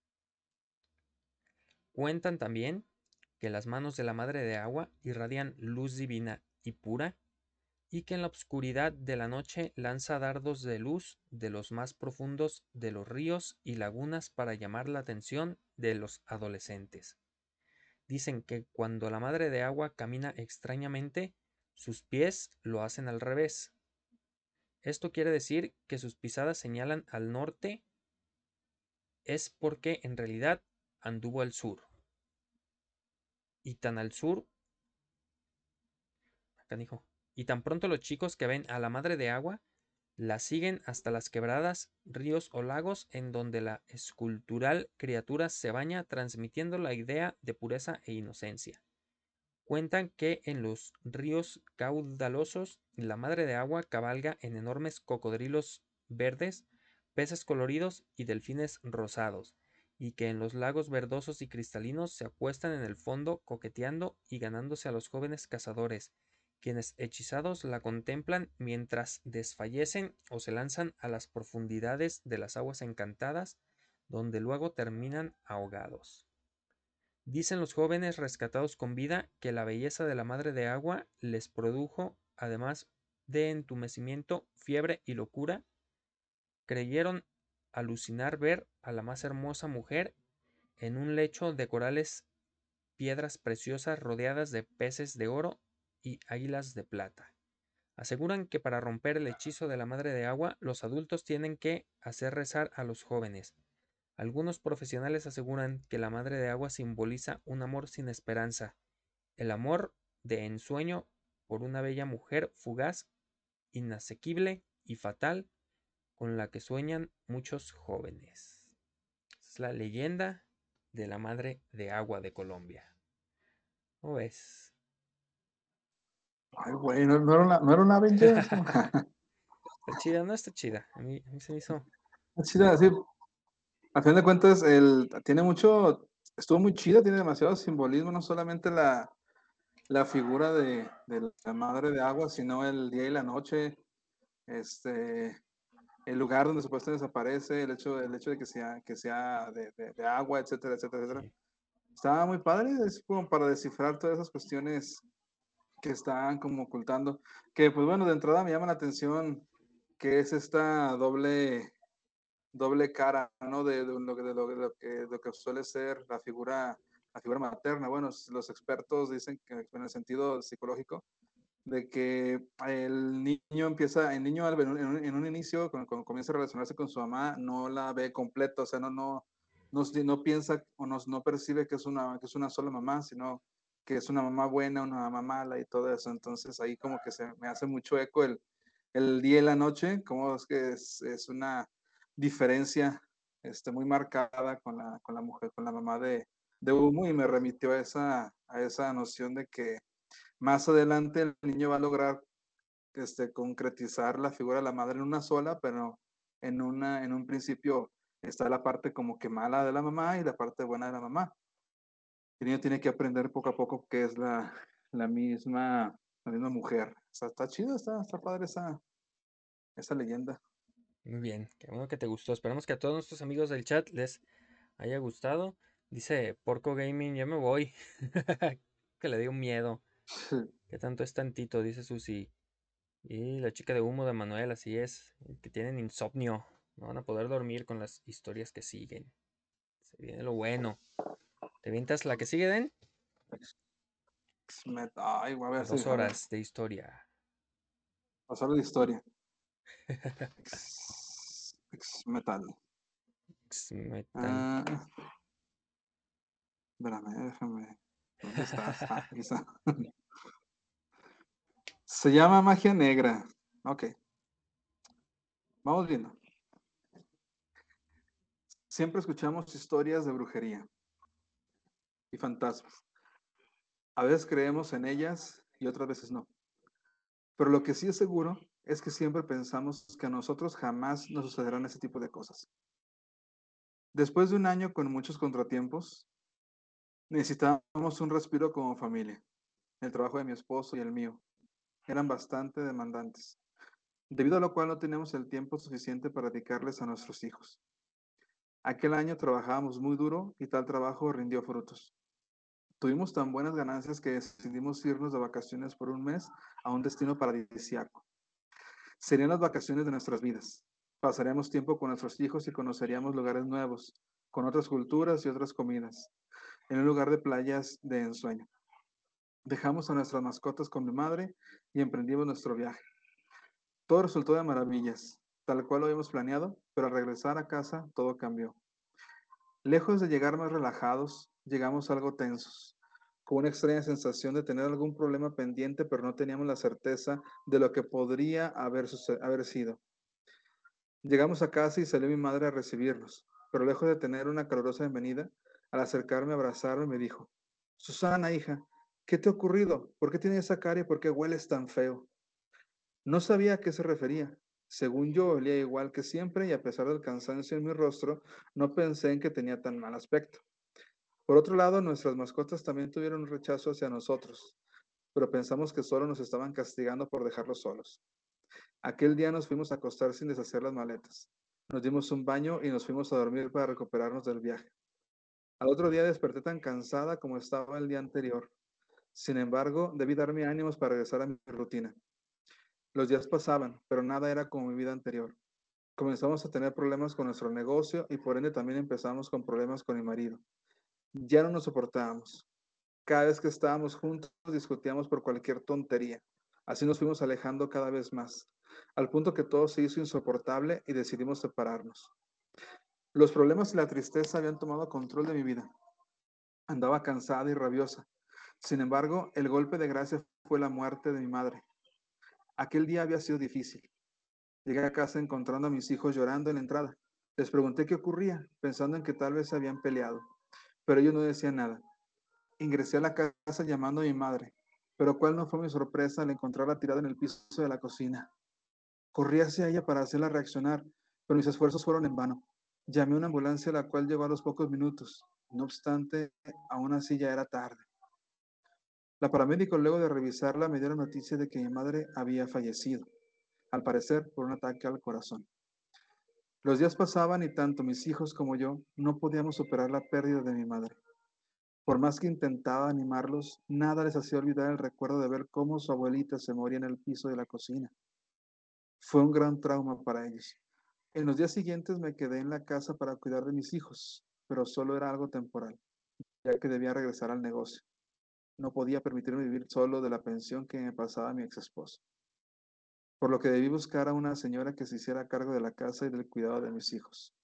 Cuentan también que las manos de la Madre de Agua irradian luz divina y pura, y que en la oscuridad de la noche lanza dardos de luz de los más profundos de los ríos y lagunas para llamar la atención de los adolescentes. Dicen que cuando la Madre de Agua camina extrañamente, sus pies lo hacen al revés. Esto quiere decir que sus pisadas señalan al norte, es porque en realidad anduvo al sur. Y tan al sur, acá dijo, y tan pronto los chicos que ven a la Madre de Agua la siguen hasta las quebradas, ríos o lagos en donde la escultural criatura se baña, transmitiendo la idea de pureza e inocencia. Cuentan que en los ríos caudalosos la Madre de Agua cabalga en enormes cocodrilos verdes, peces coloridos y delfines rosados, y que en los lagos verdosos y cristalinos se acuestan en el fondo coqueteando y ganándose a los jóvenes cazadores, quienes hechizados la contemplan mientras desfallecen o se lanzan a las profundidades de las aguas encantadas, donde luego terminan ahogados. Dicen los jóvenes rescatados con vida que la belleza de la Madre de Agua les produjo, además de entumecimiento, fiebre y locura. Creyeron alucinar ver a la más hermosa mujer en un lecho de corales, piedras preciosas rodeadas de peces de oro y águilas de plata. Aseguran que para romper el hechizo de la madre de agua, los adultos tienen que hacer rezar a los jóvenes. Algunos profesionales aseguran que la madre de agua simboliza un amor sin esperanza, el amor de ensueño por una bella mujer fugaz, inasequible y fatal, con la que sueñan muchos jóvenes. Es la leyenda de la madre de agua de Colombia. ¿Cómo ves? Ay, güey, no era una Avengers. Está chida, no está chida. A mí se me hizo. Chida, sí. A fin de cuentas, estuvo muy chida, tiene demasiado simbolismo, no solamente la figura de la madre de agua, sino el día y la noche, este, el lugar donde supuestamente desaparece, el hecho de que sea de agua, etcétera, etcétera, etcétera. Sí. Estaba muy padre, es como para descifrar todas esas cuestiones que están como ocultando. Que pues bueno, de entrada me llama la atención que es esta doble cara, ¿no? De lo que suele ser la figura materna. Bueno, los expertos dicen que en el sentido psicológico, de que el niño en un inicio, cuando comienza a relacionarse con su mamá, no la ve completa, o sea, no piensa o no percibe que es una sola mamá, sino que es una mamá buena, una mamá mala y todo eso. Entonces ahí como que se me hace mucho eco el día y la noche, como es que es una diferencia muy marcada con la mujer, con la mamá de Humo, y me remitió a esa noción de que más adelante el niño va a lograr concretizar la figura de la madre en una sola, pero en un principio está la parte como que mala de la mamá y la parte buena de la mamá. El niño tiene que aprender poco a poco que es la misma mujer. O sea, está chido, está padre esa leyenda. Muy bien, qué bueno que te gustó. Esperamos que a todos nuestros amigos del chat les haya gustado. Dice Porco Gaming, ya me voy. Que le dio miedo. ¿Qué tanto es tantito? Dice Susi. Y la chica de humo de Manuel, así es. Que tienen insomnio. No van a poder dormir con las historias que siguen. Se viene lo bueno. ¿Te vientas la que sigue, Den? Ay, a ver, sí, 2 horas de historia. pasar de historia. Metal. Metal. Espérame, déjame. ¿Dónde estás? Aquí está. Se llama Magia Negra. Ok, vamos viendo. Siempre escuchamos historias de brujería y fantasmas. A veces creemos en ellas y otras veces no. Pero lo que sí es seguro es que siempre pensamos que a nosotros jamás nos sucederán ese tipo de cosas. Después de un año con muchos contratiempos, necesitábamos un respiro como familia. El trabajo de mi esposo y el mío eran bastante demandantes, debido a lo cual no teníamos el tiempo suficiente para dedicarles a nuestros hijos. Aquel año trabajábamos muy duro y tal trabajo rindió frutos. Tuvimos tan buenas ganancias que decidimos irnos de vacaciones por un mes a un destino paradisíaco. Serían las vacaciones de nuestras vidas. Pasaríamos tiempo con nuestros hijos y conoceríamos lugares nuevos, con otras culturas y otras comidas, en un lugar de playas de ensueño. Dejamos a nuestras mascotas con mi madre y emprendimos nuestro viaje. Todo resultó de maravillas, tal cual lo habíamos planeado, pero al regresar a casa todo cambió. Lejos de llegar más relajados, llegamos algo tensos, con una extraña sensación de tener algún problema pendiente, pero no teníamos la certeza de lo que podría haber sido. Llegamos a casa y salió mi madre a recibirnos, pero lejos de tener una calurosa bienvenida, al acercarme a abrazarme me dijo: Susana, hija, ¿qué te ha ocurrido? ¿Por qué tienes esa cara y por qué hueles tan feo? No sabía a qué se refería. Según yo, olía igual que siempre y a pesar del cansancio en mi rostro, no pensé en que tenía tan mal aspecto. Por otro lado, nuestras mascotas también tuvieron un rechazo hacia nosotros, pero pensamos que solo nos estaban castigando por dejarlos solos. Aquel día nos fuimos a acostar sin deshacer las maletas. Nos dimos un baño y nos fuimos a dormir para recuperarnos del viaje. Al otro día desperté tan cansada como estaba el día anterior. Sin embargo, debí darme ánimos para regresar a mi rutina. Los días pasaban, pero nada era como mi vida anterior. Comenzamos a tener problemas con nuestro negocio y por ende también empezamos con problemas con mi marido. Ya no nos soportábamos. Cada vez que estábamos juntos discutíamos por cualquier tontería. Así nos fuimos alejando cada vez más, al punto que todo se hizo insoportable y decidimos separarnos. Los problemas y la tristeza habían tomado control de mi vida. Andaba cansada y rabiosa. Sin embargo, el golpe de gracia fue la muerte de mi madre. Aquel día había sido difícil. Llegué a casa encontrando a mis hijos llorando en la entrada. Les pregunté qué ocurría, pensando en que tal vez se habían peleado, pero ellos no decían nada. Ingresé a la casa llamando a mi madre, pero cuál no fue mi sorpresa al encontrarla tirada en el piso de la cocina. Corrí hacia ella para hacerla reaccionar, pero mis esfuerzos fueron en vano. Llamé a una ambulancia, la cual llegó a los pocos minutos. No obstante, aún así ya era tarde. La paramédico, luego de revisarla, me dio la noticia de que mi madre había fallecido, al parecer por un ataque al corazón. Los días pasaban y tanto mis hijos como yo no podíamos superar la pérdida de mi madre. Por más que intentaba animarlos, nada les hacía olvidar el recuerdo de ver cómo su abuelita se moría en el piso de la cocina. Fue un gran trauma para ellos. En los días siguientes me quedé en la casa para cuidar de mis hijos, pero solo era algo temporal, ya que debía regresar al negocio. No podía permitirme vivir solo de la pensión que me pasaba mi ex esposo, por lo que debí buscar a una señora que se hiciera cargo de la casa y del cuidado de mis hijos.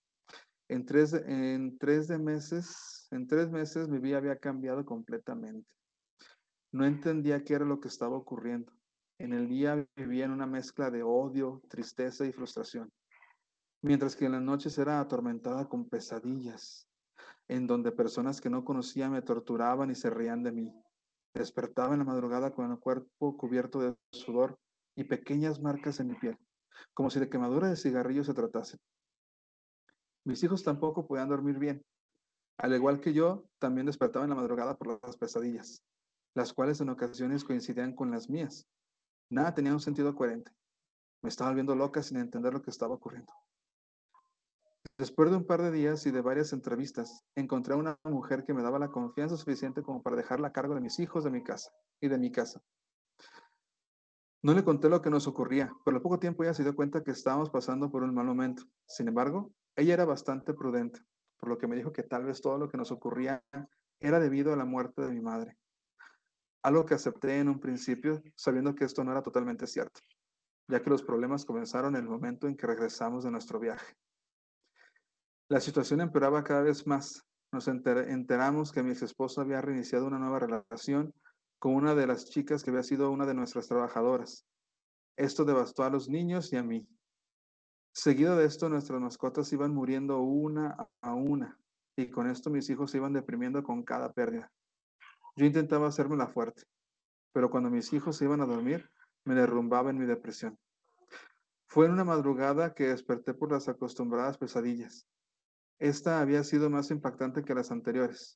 En 3 meses mi vida había cambiado completamente. No entendía qué era lo que estaba ocurriendo. En el día vivía en una mezcla de odio, tristeza y frustración, mientras que en las noches era atormentada con pesadillas, en donde personas que no conocía me torturaban y se reían de mí. Despertaba en la madrugada con el cuerpo cubierto de sudor y pequeñas marcas en mi piel, como si de quemadura de cigarrillo se tratase. Mis hijos tampoco podían dormir bien. Al igual que yo, también despertaba en la madrugada por las pesadillas, las cuales en ocasiones coincidían con las mías. Nada tenía un sentido coherente. Me estaba volviendo loca sin entender lo que estaba ocurriendo. Después de un par de días y de varias entrevistas, encontré a una mujer que me daba la confianza suficiente como para dejarla a cargo de mis hijos, de mi casa y de mi casa. No le conté lo que nos ocurría, pero al poco tiempo ella se dio cuenta que estábamos pasando por un mal momento. Sin embargo, ella era bastante prudente, por lo que me dijo que tal vez todo lo que nos ocurría era debido a la muerte de mi madre. Algo que acepté en un principio, sabiendo que esto no era totalmente cierto, ya que los problemas comenzaron en el momento en que regresamos de nuestro viaje. La situación empeoraba cada vez más. Nos enteramos que mi ex esposo había reiniciado una nueva relación con una de las chicas que había sido una de nuestras trabajadoras. Esto devastó a los niños y a mí. Seguido de esto, nuestras mascotas iban muriendo una a una, y con esto mis hijos se iban deprimiendo con cada pérdida. Yo intentaba hacérmela fuerte, pero cuando mis hijos se iban a dormir, me derrumbaba en mi depresión. Fue en una madrugada que desperté por las acostumbradas pesadillas. Esta había sido más impactante que las anteriores.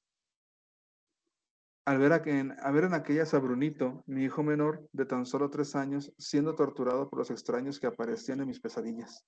Al ver en aquellas a Brunito, mi hijo menor de tan solo 3 años, siendo torturado por los extraños que aparecían en mis pesadillas.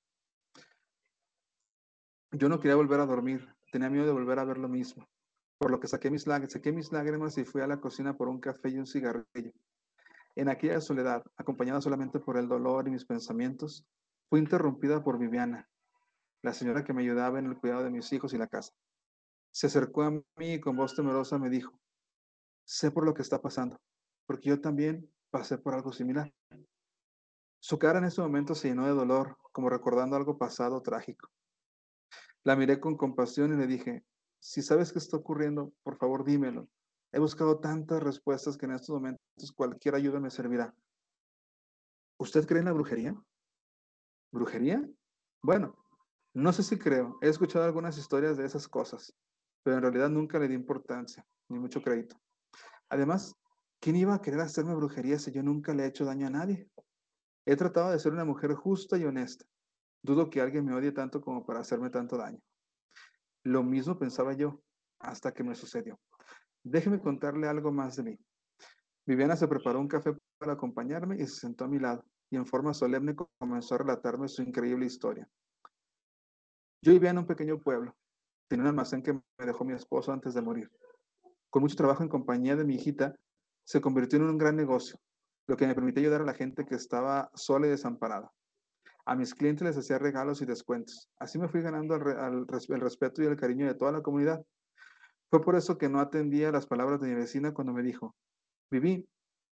Yo no quería volver a dormir, tenía miedo de volver a ver lo mismo, por lo que saqué mis lágrimas y fui a la cocina por un café y un cigarrillo. En aquella soledad, acompañada solamente por el dolor y mis pensamientos, fui interrumpida por Viviana, la señora que me ayudaba en el cuidado de mis hijos y la casa. Se acercó a mí y con voz temerosa me dijo: sé por lo que está pasando, porque yo también pasé por algo similar. Su cara en ese momento se llenó de dolor, como recordando algo pasado trágico. La miré con compasión y le dije: si sabes qué está ocurriendo, por favor dímelo. He buscado tantas respuestas que en estos momentos cualquier ayuda me servirá. ¿Usted cree en la brujería? ¿Brujería? Bueno, no sé si creo. He escuchado algunas historias de esas cosas, pero en realidad nunca le di importancia, ni mucho crédito. Además, ¿quién iba a querer hacerme brujería si yo nunca le he hecho daño a nadie? He tratado de ser una mujer justa y honesta. Dudo que alguien me odie tanto como para hacerme tanto daño. Lo mismo pensaba yo, hasta que me sucedió. Déjeme contarle algo más de mí. Viviana se preparó un café para acompañarme y se sentó a mi lado, y en forma solemne comenzó a relatarme su increíble historia. Yo vivía en un pequeño pueblo. Tenía un almacén que me dejó mi esposo antes de morir. Con mucho trabajo en compañía de mi hijita, se convirtió en un gran negocio, lo que me permitía ayudar a la gente que estaba sola y desamparada. A mis clientes les hacía regalos y descuentos. Así me fui ganando el respeto y el cariño de toda la comunidad. Fue por eso que no atendía las palabras de mi vecina cuando me dijo: Viví,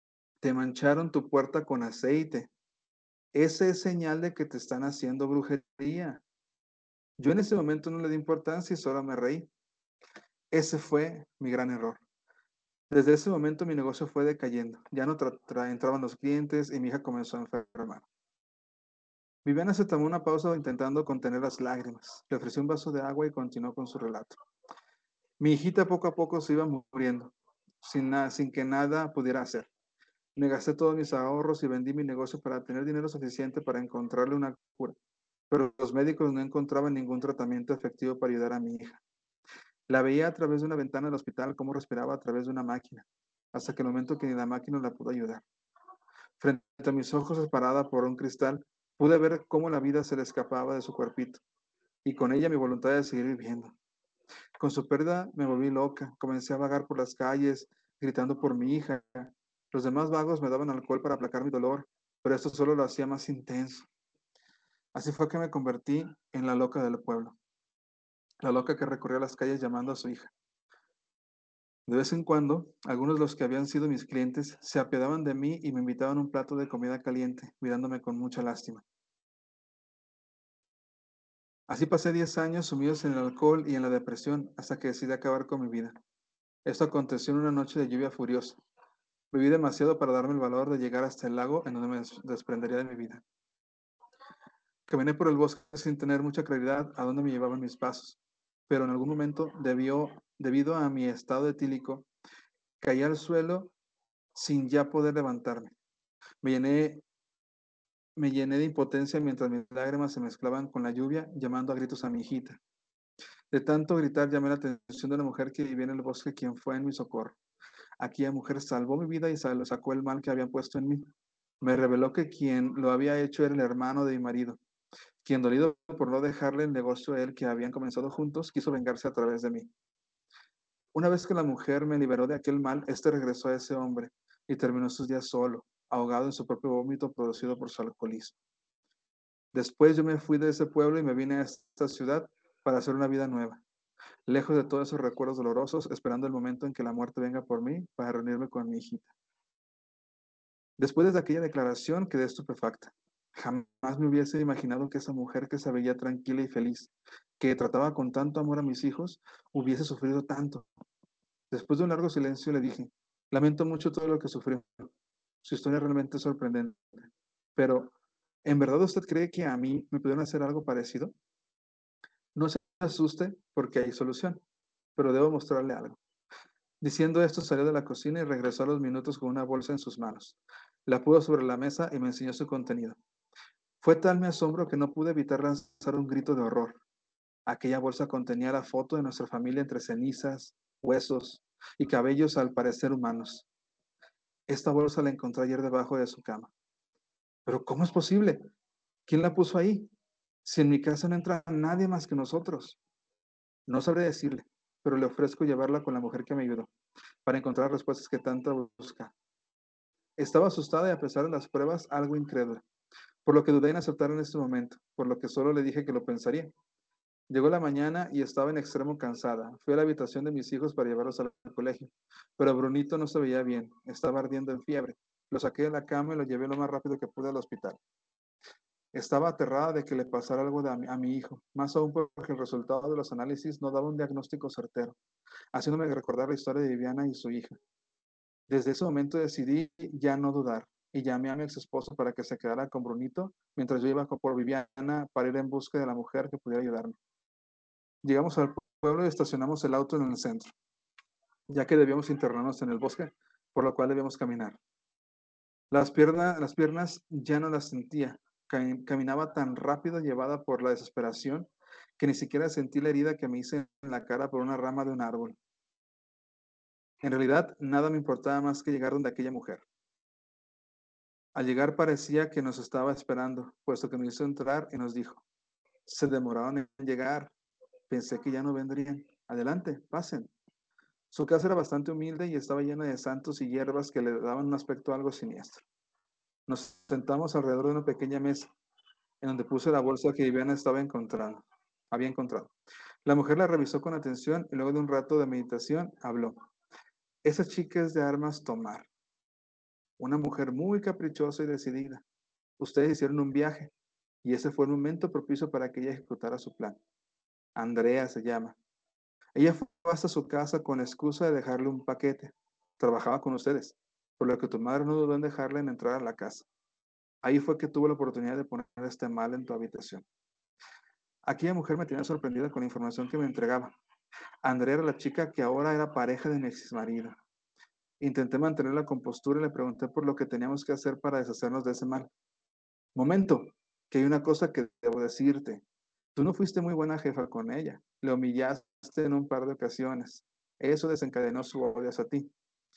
Te mancharon tu puerta con aceite. Ese es señal de que te están haciendo brujería. Yo en ese momento no le di importancia y solo me reí. Ese fue mi gran error. Desde ese momento mi negocio fue decayendo. Ya no entraban los clientes y mi hija comenzó a enfermar. Viviana se tomó una pausa intentando contener las lágrimas. Le ofreció un vaso de agua y continuó con su relato. Mi hijita poco a poco se iba muriendo, sin que nada pudiera hacer. Me gasté todos mis ahorros y vendí mi negocio para tener dinero suficiente para encontrarle una cura. Pero los médicos no encontraban ningún tratamiento efectivo para ayudar a mi hija. La veía a través de una ventana del hospital cómo respiraba a través de una máquina, hasta que el momento que ni la máquina la pudo ayudar. Frente a mis ojos, separada por un cristal, pude ver cómo la vida se le escapaba de su cuerpito, y con ella mi voluntad de seguir viviendo. Con su pérdida me volví loca, comencé a vagar por las calles, gritando por mi hija. Los demás vagos me daban alcohol para aplacar mi dolor, pero esto solo lo hacía más intenso. Así fue que me convertí en la loca del pueblo, la loca que recorría las calles llamando a su hija. De vez en cuando, algunos de los que habían sido mis clientes se apiadaban de mí y me invitaban un plato de comida caliente, mirándome con mucha lástima. Así pasé 10 años sumidos en el alcohol y en la depresión hasta que decidí acabar con mi vida. Esto aconteció en una noche de lluvia furiosa. Viví demasiado para darme el valor de llegar hasta el lago en donde me desprendería de mi vida. Caminé por el bosque sin tener mucha claridad a dónde me llevaban mis pasos, pero en algún momento, debido a mi estado etílico, caí al suelo sin ya poder levantarme. Me llené, me llené de impotencia mientras mis lágrimas se mezclaban con la lluvia, llamando a gritos a mi hijita. De tanto gritar llamé la atención de una mujer que vivía en el bosque, quien fue en mi socorro. Aquella mujer salvó mi vida y sacó el mal que habían puesto en mí. Me reveló que quien lo había hecho era el hermano de mi marido, quien, dolido por no dejarle el negocio a él que habían comenzado juntos, quiso vengarse a través de mí. Una vez que la mujer me liberó de aquel mal, este regresó a ese hombre y terminó sus días solo, ahogado en su propio vómito producido por su alcoholismo. Después yo me fui de ese pueblo y me vine a esta ciudad para hacer una vida nueva, lejos de todos esos recuerdos dolorosos, esperando el momento en que la muerte venga por mí para reunirme con mi hijita. Después de aquella declaración quedé estupefacta. Jamás me hubiese imaginado que esa mujer que se veía tranquila y feliz, que trataba con tanto amor a mis hijos, hubiese sufrido tanto. Después de un largo silencio le dije, lamento mucho todo lo que sufrió. Su historia realmente es sorprendente. Pero, ¿en verdad usted cree que a mí me pudieron hacer algo parecido? No se asuste porque hay solución, pero debo mostrarle algo. Diciendo esto, salió de la cocina y regresó a los minutos con una bolsa en sus manos. La puso sobre la mesa y me enseñó su contenido. Fue tal mi asombro que no pude evitar lanzar un grito de horror. Aquella bolsa contenía la foto de nuestra familia entre cenizas, huesos y cabellos al parecer humanos. Esta bolsa la encontré ayer debajo de su cama. ¿Pero cómo es posible? ¿Quién la puso ahí? Si en mi casa no entra nadie más que nosotros. No sabré decirle, pero le ofrezco llevarla con la mujer que me ayudó, para encontrar respuestas que tanto busca. Estaba asustada y a pesar de las pruebas, algo incrédula, por lo que dudé en aceptar en este momento, por lo que solo le dije que lo pensaría. Llegó la mañana y estaba en extremo cansada. Fui a la habitación de mis hijos para llevarlos al colegio, pero Brunito no se veía bien, estaba ardiendo en fiebre. Lo saqué de la cama y lo llevé lo más rápido que pude al hospital. Estaba aterrada de que le pasara algo a mi hijo, más aún porque el resultado de los análisis no daba un diagnóstico certero, haciéndome recordar la historia de Viviana y su hija. Desde ese momento decidí ya no dudar y llamé a mi ex esposo para que se quedara con Brunito mientras yo iba por Viviana para ir en busca de la mujer que pudiera ayudarme. Llegamos al pueblo y estacionamos el auto en el centro, ya que debíamos internarnos en el bosque, por lo cual debíamos caminar. Las piernas ya no las sentía. Caminaba tan rápido, llevada por la desesperación, que ni siquiera sentí la herida que me hice en la cara por una rama de un árbol. En realidad, nada me importaba más que llegar donde aquella mujer. Al llegar parecía que nos estaba esperando, puesto que nos hizo entrar y nos dijo, se demoraron en llegar, pensé que ya no vendrían. Adelante, pasen. Su casa era bastante humilde y estaba llena de santos y hierbas que le daban un aspecto algo siniestro. Nos sentamos alrededor de una pequeña mesa, en donde puse la bolsa que Viviana había encontrado. La mujer la revisó con atención y luego de un rato de meditación habló. Esa chica es de armas tomar. una mujer muy caprichosa y decidida. Ustedes hicieron un viaje y ese fue el momento propicio para que ella ejecutara su plan. Andrea se llama. Ella fue hasta su casa con excusa de dejarle un paquete. Trabajaba con ustedes, por lo que tu madre no dudó en dejarla en entrar a la casa. Ahí fue que tuvo la oportunidad de poner este mal en tu habitación. Aquella mujer me tenía sorprendida con la información que me entregaba. Andrea era la chica que ahora era pareja de mi exmarido. Intenté mantener la compostura y le pregunté por lo que teníamos que hacer para deshacernos de ese mal. Momento, que hay una cosa que debo decirte. Tú no fuiste muy buena jefa con ella. Le humillaste en un par de ocasiones. Eso desencadenó su odio hacia ti.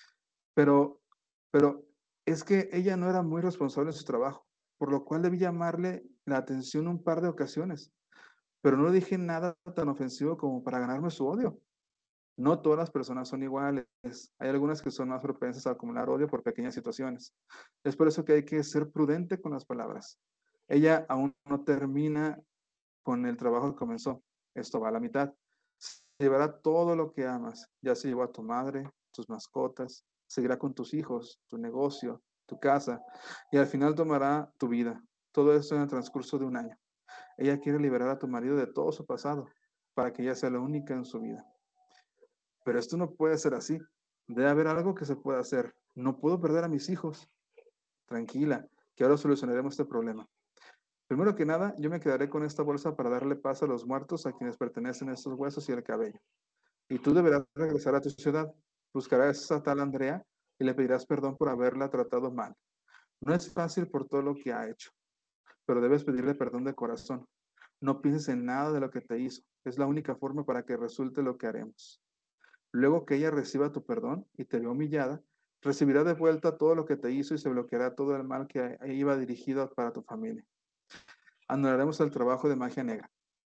Pero, pero es que ella no era muy responsable en su trabajo, por lo cual debí llamarle la atención un par de ocasiones. Pero no dije nada tan ofensivo como para ganarme su odio. No todas las personas son iguales. Hay algunas que son más propensas a acumular odio por pequeñas situaciones. Es por eso que hay que ser prudente con las palabras. Ella aún no termina con el trabajo que comenzó. Esto va a la mitad. Se llevará todo lo que amas. Ya se llevó a tu madre, tus mascotas, seguirá con tus hijos, tu negocio, tu casa, y al final tomará tu vida. Todo esto en el transcurso de un año. Ella quiere liberar a tu marido de todo su pasado, para que ella sea la única en su vida. Pero esto no puede ser así. Debe haber algo que se pueda hacer. No puedo perder a mis hijos. Tranquila, que ahora solucionaremos este problema. Primero que nada, yo me quedaré con esta bolsa para darle paz a los muertos a quienes pertenecen estos huesos y el cabello. Y tú deberás regresar a tu ciudad. Buscarás a tal Andrea y le pedirás perdón por haberla tratado mal. No es fácil por todo lo que ha hecho, pero debes pedirle perdón de corazón. No pienses en nada de lo que te hizo. Es la única forma para que resulte lo que haremos. Luego que ella reciba tu perdón y te vea humillada, recibirá de vuelta todo lo que te hizo y se bloqueará todo el mal que iba dirigido para tu familia. Anularemos el trabajo de magia negra.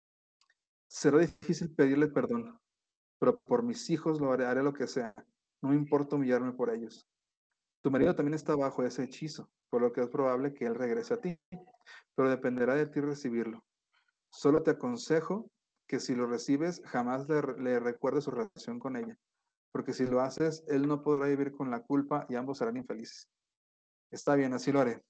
Será difícil pedirle perdón, pero por mis hijos haré lo que sea. No me importa humillarme por ellos. Tu marido también está bajo ese hechizo, por lo que es probable que él regrese a ti, pero dependerá de ti recibirlo. Solo te aconsejo que si lo recibes, jamás le recuerdes su relación con ella, porque si lo haces, él no podrá vivir con la culpa y ambos serán infelices. Está bien, así lo haré.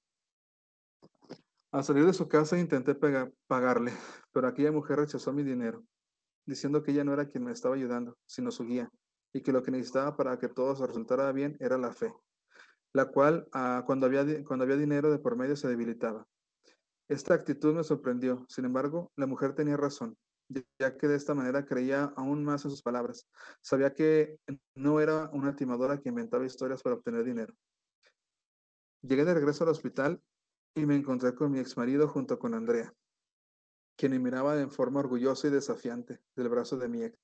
Al salir de su casa intenté pagarle, pero aquella mujer rechazó mi dinero, diciendo que ella no era quien me estaba ayudando, sino su guía, y que lo que necesitaba para que todo se resultara bien era la fe, la cual cuando había dinero de por medio se debilitaba. Esta actitud me sorprendió, sin embargo, la mujer tenía razón, ya que de esta manera creía aún más en sus palabras. Sabía que no era una timadora que inventaba historias para obtener dinero. Llegué de regreso al hospital y me encontré con mi exmarido junto con Andrea, quien me miraba en forma orgullosa y desafiante del brazo de mi ex.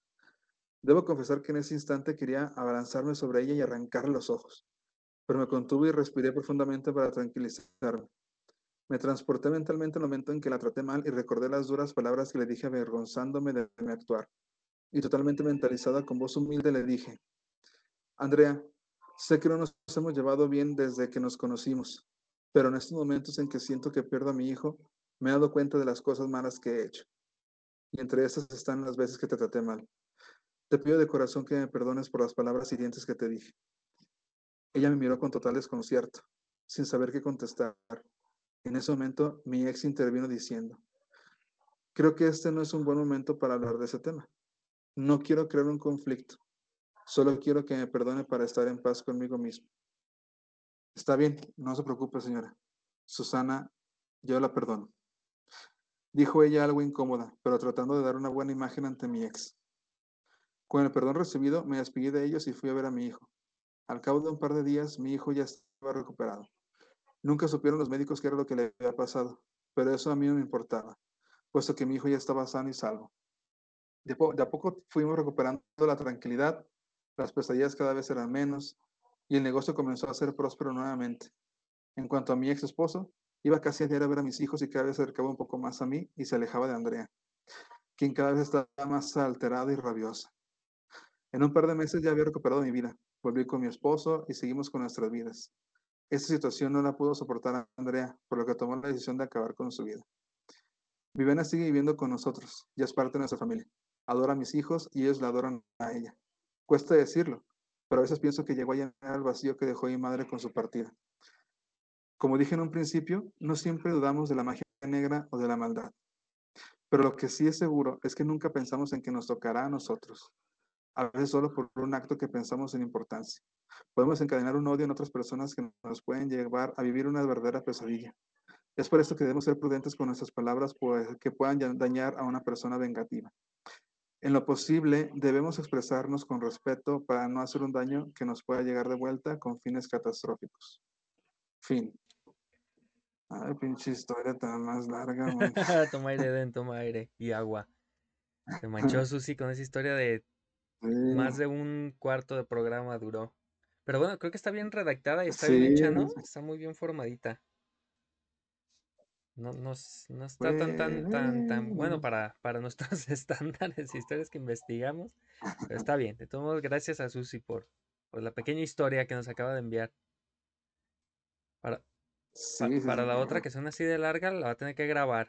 Debo confesar que en ese instante quería abalanzarme sobre ella y arrancarle los ojos, pero me contuve y respiré profundamente para tranquilizarme. Me transporté mentalmente al momento en que la traté mal y recordé las duras palabras que le dije avergonzándome de mi actuar. Y totalmente mentalizada, con voz humilde le dije, Andrea, sé que no nos hemos llevado bien desde que nos conocimos, pero en estos momentos en que siento que pierdo a mi hijo, me he dado cuenta de las cosas malas que he hecho. Y entre estas están las veces que te traté mal. Te pido de corazón que me perdones por las palabras hirientes que te dije. Ella me miró con total desconcierto, sin saber qué contestar. En ese momento, mi ex intervino diciendo, creo que este no es un buen momento para hablar de ese tema. No quiero crear un conflicto. Solo quiero que me perdone para estar en paz conmigo mismo. Está bien, no se preocupe, señora. Susana, yo la perdono. Dijo ella algo incómoda, pero tratando de dar una buena imagen ante mi ex. Con el perdón recibido, me despedí de ellos y fui a ver a mi hijo. Al cabo de un par de días, mi hijo ya estaba recuperado. Nunca supieron los médicos qué era lo que le había pasado, pero eso a mí no me importaba, puesto que mi hijo ya estaba sano y salvo. De a poco fuimos recuperando la tranquilidad, las pesadillas cada vez eran menos, y el negocio comenzó a ser próspero nuevamente. En cuanto a mi ex esposo, iba casi a diario a ver a mis hijos y cada vez se acercaba un poco más a mí y se alejaba de Andrea, quien cada vez estaba más alterada y rabiosa. En un par de meses ya había recuperado mi vida, volví con mi esposo y seguimos con nuestras vidas. Esta situación no la pudo soportar Andrea, por lo que tomó la decisión de acabar con su vida. Viviana sigue viviendo con nosotros, ya es parte de nuestra familia. Adora a mis hijos y ellos la adoran a ella. Cuesta decirlo, pero a veces pienso que llegó a llenar el vacío que dejó mi madre con su partida. Como dije en un principio, no siempre dudamos de la magia negra o de la maldad, pero lo que sí es seguro es que nunca pensamos en que nos tocará a nosotros, a veces solo por un acto que pensamos sin importancia. Podemos encadenar un odio en otras personas que nos pueden llevar a vivir una verdadera pesadilla. Es por esto que debemos ser prudentes con nuestras palabras, pues, que puedan dañar a una persona vengativa. En lo posible, debemos expresarnos con respeto para no hacer un daño que nos pueda llegar de vuelta con fines catastróficos. Fin. Ay, pinche historia tan más larga, güey. Toma aire, Den, toma aire y agua. Se manchó Susi con esa historia de más de un cuarto de programa duró. Pero bueno, creo que está bien redactada y está bien Sí, hecha, ¿no? Está muy bien formadita. No está tan bueno pues, para nuestros estándares de historias que investigamos. Pero está bien. De todos modos, gracias a Susi por la pequeña historia que nos acaba de enviar. Para, sí, sí, para sí. la otra que son así de larga, la va a tener que grabar.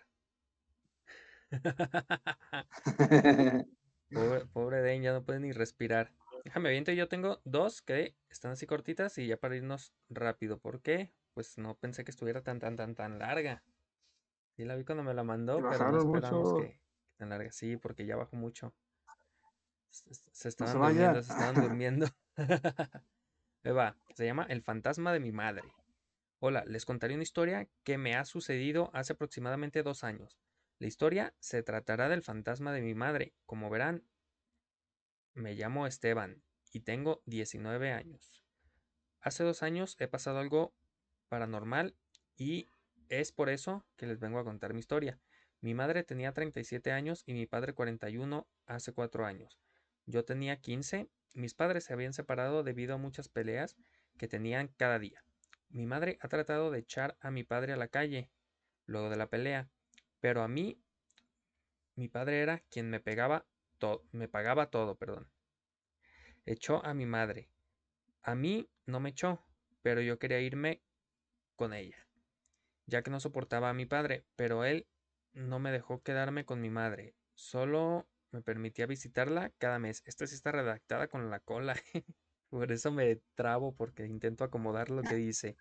Pobre Dane, ya no puede ni respirar. Déjame aviento, yo tengo dos que están así cortitas y ya para irnos rápido. ¿Por qué? Pues no pensé que estuviera tan larga. Sí la vi cuando me la Y mandó, pero no bajaron esperamos mucho. que tan larga. Sí, porque ya bajó mucho. Se No se estaban durmiendo, vaya. se estaban durmiendo. Ahí va, se llama El fantasma de mi madre. Hola, les contaré una historia que me ha sucedido hace aproximadamente 2 años. La historia se tratará del fantasma de mi madre. Como verán, me llamo Esteban y tengo 19 años. Hace 2 años he pasado algo paranormal y es por eso que les vengo a contar mi historia. Mi madre tenía 37 años y mi padre 41 hace 4 años. Yo tenía 15. Mis padres se habían separado debido a muchas peleas que tenían cada día. Mi madre ha tratado de echar a mi padre a la calle luego de la pelea, pero a mí mi padre era quien me pagaba todo, perdón. Echó a mi madre. A mí no me echó, pero yo quería irme con ella, ya que no soportaba a mi padre, pero él no me dejó quedarme con mi madre, solo me permitía visitarla cada mes. Esta sí está redactada con la cola, por eso me trabo porque intento acomodar lo que dice.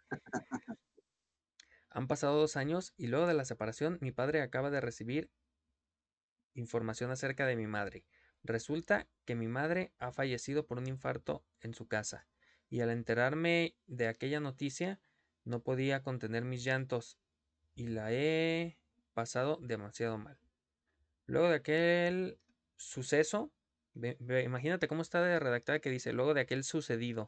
Han pasado 2 años y luego de la separación mi padre acaba de recibir información acerca de mi madre. Resulta que mi madre ha fallecido por un infarto en su casa, y al enterarme de aquella noticia no podía contener mis llantos y la he pasado demasiado mal. Luego de aquel suceso, imagínate cómo está de redactada que dice, luego de aquel sucedido.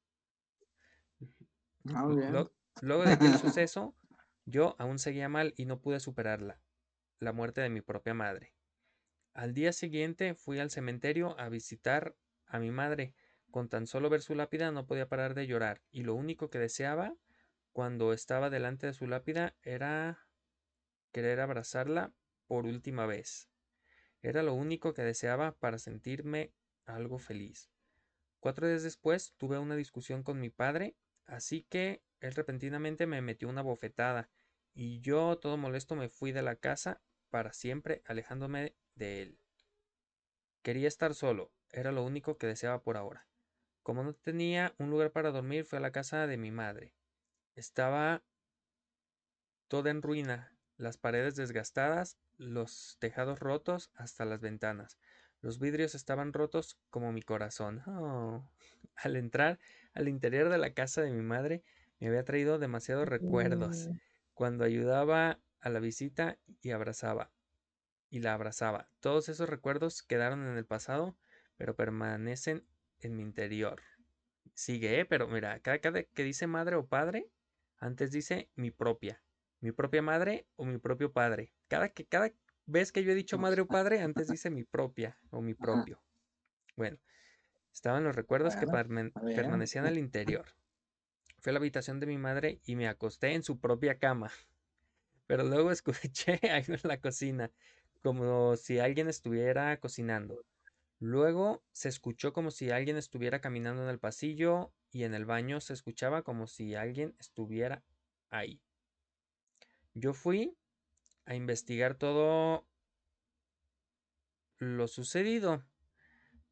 Ah, muy bien. Luego de aquel suceso, yo aún seguía mal y no pude superarla, la muerte de mi propia madre. Al día siguiente fui al cementerio a visitar a mi madre. Con tan solo ver su lápida no podía parar de llorar, y lo único que deseaba cuando estaba delante de su lápida era querer abrazarla por última vez. Era lo único que deseaba para sentirme algo feliz. 4 días después tuve una discusión con mi padre, así que él repentinamente me metió una bofetada, y yo, todo molesto, me fui de la casa para siempre, alejándome de él. Quería estar solo, era lo único que deseaba por ahora. Como no tenía un lugar para dormir, fui a la casa de mi madre. Estaba toda en ruina, las paredes desgastadas, los tejados rotos hasta las ventanas. Los vidrios estaban rotos como mi corazón. Oh. Al entrar al interior de la casa de mi madre, me había traído demasiados recuerdos. Cuando ayudaba a la visita y la abrazaba. Todos esos recuerdos quedaron en el pasado, pero permanecen en mi interior. Sigue, pero mira, cada que dice madre o padre, antes dice mi propia madre o mi propio padre. Cada vez que yo he dicho madre o padre, antes dice mi propia o mi Ajá. propio. Bueno, estaban los recuerdos que Bueno, está bien. permanecían al interior. Fui a la habitación de mi madre y me acosté en su propia cama. Pero luego escuché algo en la cocina, como si alguien estuviera cocinando. Luego se escuchó como si alguien estuviera caminando en el pasillo y en el baño se escuchaba como si alguien estuviera ahí. Yo fui a investigar todo lo sucedido,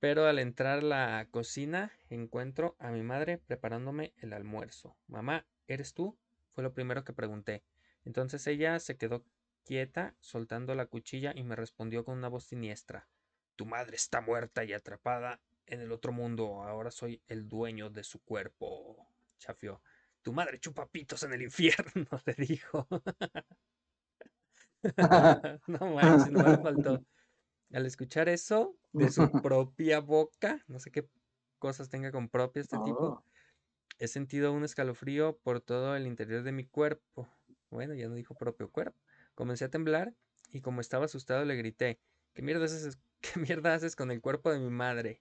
Pero al entrar a la cocina encuentro a mi madre preparándome el almuerzo. Mamá, ¿eres tú? Fue lo primero que pregunté. Entonces ella se quedó quieta, soltando la cuchilla y me respondió con una voz siniestra. Tu madre está muerta y atrapada en el otro mundo. Ahora soy el dueño de su cuerpo. Chafió. Tu madre chupa pitos en el infierno, le dijo. No manches, no le faltó. Al escuchar eso de su propia boca, no sé qué cosas tenga con propia este tipo, Oh, he sentido un escalofrío por todo el interior de mi cuerpo. Bueno, ya no dijo propio cuerpo. Comencé a temblar y como estaba asustado le grité, qué mierda haces con el cuerpo de mi madre?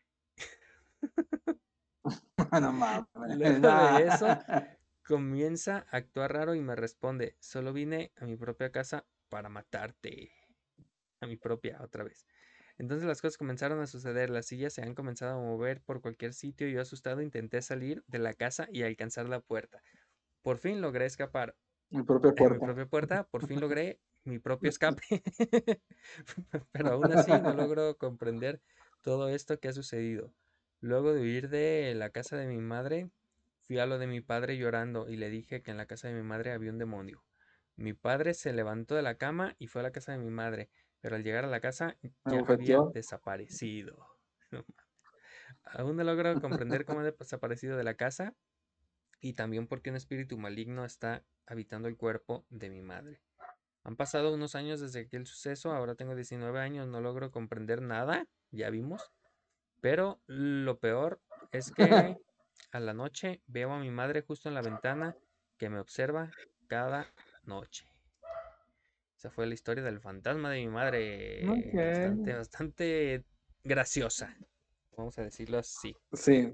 no mames. Luego de eso, comienza a actuar raro y me responde, solo vine a mi propia casa para matarte. A mi propia, otra vez. Entonces las cosas comenzaron a suceder, las sillas se han comenzado a mover por cualquier sitio y yo asustado intenté salir de la casa y alcanzar la puerta. Por fin logré escapar Mi propio en mi cuerpo. propia puerta, por fin logré mi propio escape. Pero aún así no logro comprender todo esto que ha sucedido. Luego de huir de la casa de mi madre, fui a lo de mi padre llorando y le dije que en la casa de mi madre había un demonio. Mi padre se levantó de la cama y fue a la casa de mi madre, pero al llegar a la casa Me ya había bufeteó. desaparecido. Aún no logro comprender cómo ha desaparecido de la casa y también por qué un espíritu maligno está habitando el cuerpo de mi madre. Han pasado unos años desde aquel suceso, ahora tengo 19 años, no logro comprender nada, ya vimos, pero lo peor es que a la noche veo a mi madre justo en la ventana que me observa cada noche. Esa fue la historia del fantasma de mi Ok. madre, bastante graciosa, vamos a decirlo así. Sí,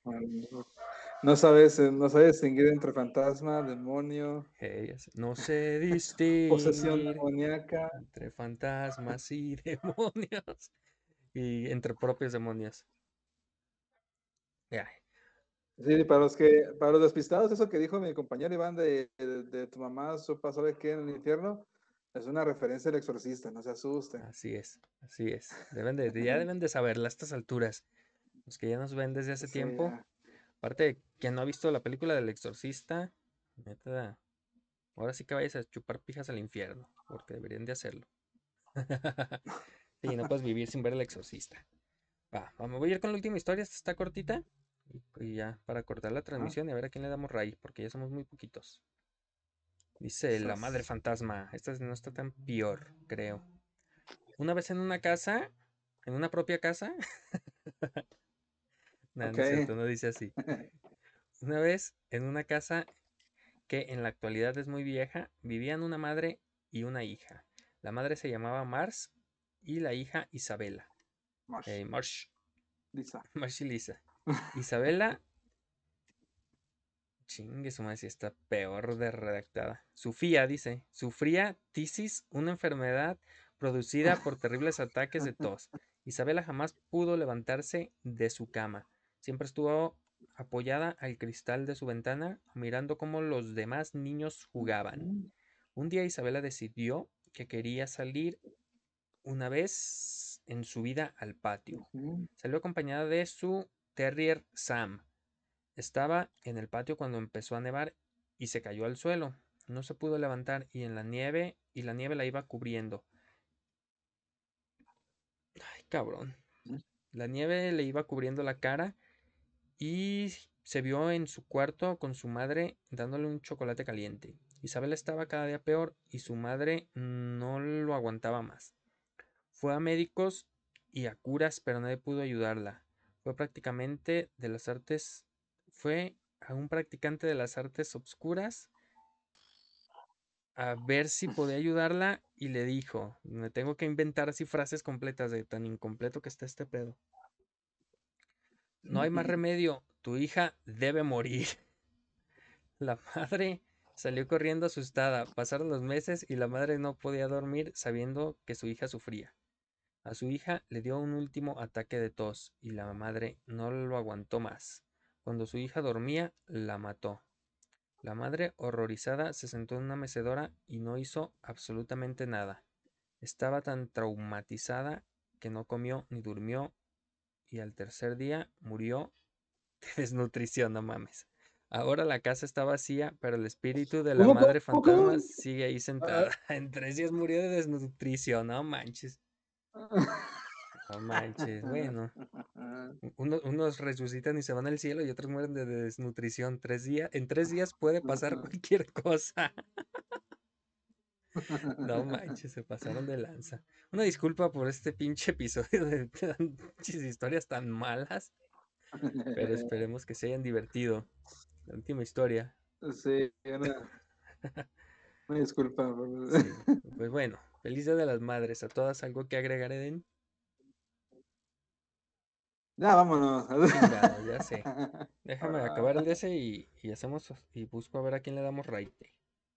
no sabes distinguir entre fantasma, demonio, No sé posesión distinguir demoníaca. entre fantasmas y demonios y entre propios demonios. Ya, Sí, para los despistados, eso que dijo mi compañero Iván de tu mamá, ¿sabe qué en el infierno? Es una referencia al exorcista, no se asusten. así es, así es. Ya deben de saberlo a estas alturas. Los que ya nos ven desde hace Sí, tiempo. Aparte de quien no ha visto la película del exorcista, neta, ahora sí que vayas a chupar pijas al infierno, porque deberían de hacerlo. Sí, no puedes vivir sin ver el exorcista. Va, vamos, voy a ir con la última historia, esta está cortita. Y ya, para cortar la ajá, transmisión y a ver a quién le damos ray, porque ya somos muy poquitos. Dice la madre quizás. fantasma. Esta no está tan peor, creo. Una vez en una casa, en una propia casa. No, Ok. no es cierto, no dice así. Una vez en una casa que en la actualidad es muy vieja, vivían una madre y una hija. La madre se llamaba Mars y la hija Isabela. Marsh, Marsh, Lisa. Marsh y Lisa. Isabela, chingue su madre si está peor de redactada. Sufría, dice, sufría tisis, una enfermedad producida por terribles ataques de tos. Isabela jamás pudo levantarse de su cama. Siempre estuvo apoyada al cristal de su ventana, mirando cómo los demás niños jugaban. Un día Isabela decidió que quería salir una vez en su vida al patio. Salió acompañada de su terrier Sam. Estaba en el patio cuando empezó a nevar y se cayó al suelo. No se pudo levantar y la nieve la iba cubriendo. Ay, cabrón. La nieve le iba cubriendo la cara y se vio en su cuarto con su madre dándole un chocolate caliente. Isabel estaba cada día peor y su madre no lo aguantaba más. Fue a médicos y a curas, pero nadie pudo ayudarla. Fue a un practicante de las artes obscuras a ver si podía ayudarla y le dijo, me tengo que inventar así frases completas de tan incompleto que está este pedo. No hay más remedio, tu hija debe morir. La madre salió corriendo asustada. Pasaron los meses y la madre no podía dormir sabiendo que su hija sufría. A su hija le dio un último ataque de tos y la madre no lo aguantó más. Cuando su hija dormía, la mató. La madre, horrorizada, se sentó en una mecedora y no hizo absolutamente nada. Estaba tan traumatizada que no comió ni durmió y al tercer día murió de desnutrición, no mames. Ahora la casa está vacía, pero el espíritu de la madre fantasma sigue ahí sentada. En 3 días murió de desnutrición, no manches. No manches, bueno. Unos resucitan y se van al cielo y otros mueren de desnutrición. En 3 días puede pasar cualquier cosa. No manches, se pasaron de lanza. Una disculpa por este pinche episodio de pinches historias tan malas, pero esperemos que se hayan divertido. La última historia. Sí, una disculpa. Sí, pues bueno, feliz Día de las Madres. ¿A todas algo que agregar, Eden? Ya, vámonos. Chingado, ya sé. Déjame acabar el DS y hacemos y busco a ver a quién le damos raite.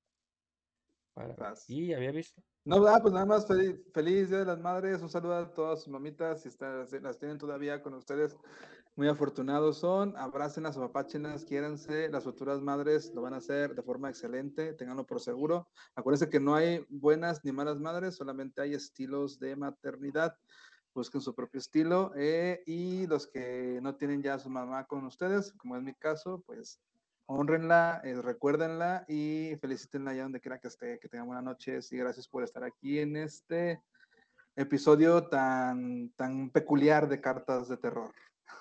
Y había visto. No, pues nada más feliz Día de las Madres. Un saludo a todas sus mamitas. Si las tienen todavía con ustedes, muy afortunados son. Abrácenlas, apapáchenlas, quiéranse. Las futuras madres lo van a hacer de forma excelente. Ténganlo por seguro. Acuérdense que no hay buenas ni malas madres, solamente hay estilos de maternidad. Busquen su propio estilo. Y los que no tienen ya a su mamá con ustedes, como es mi caso, pues honrenla, recuérdenla y felicítenla allá donde quiera que esté, que tengan buenas noches y gracias por estar aquí en este episodio tan peculiar de cartas de terror.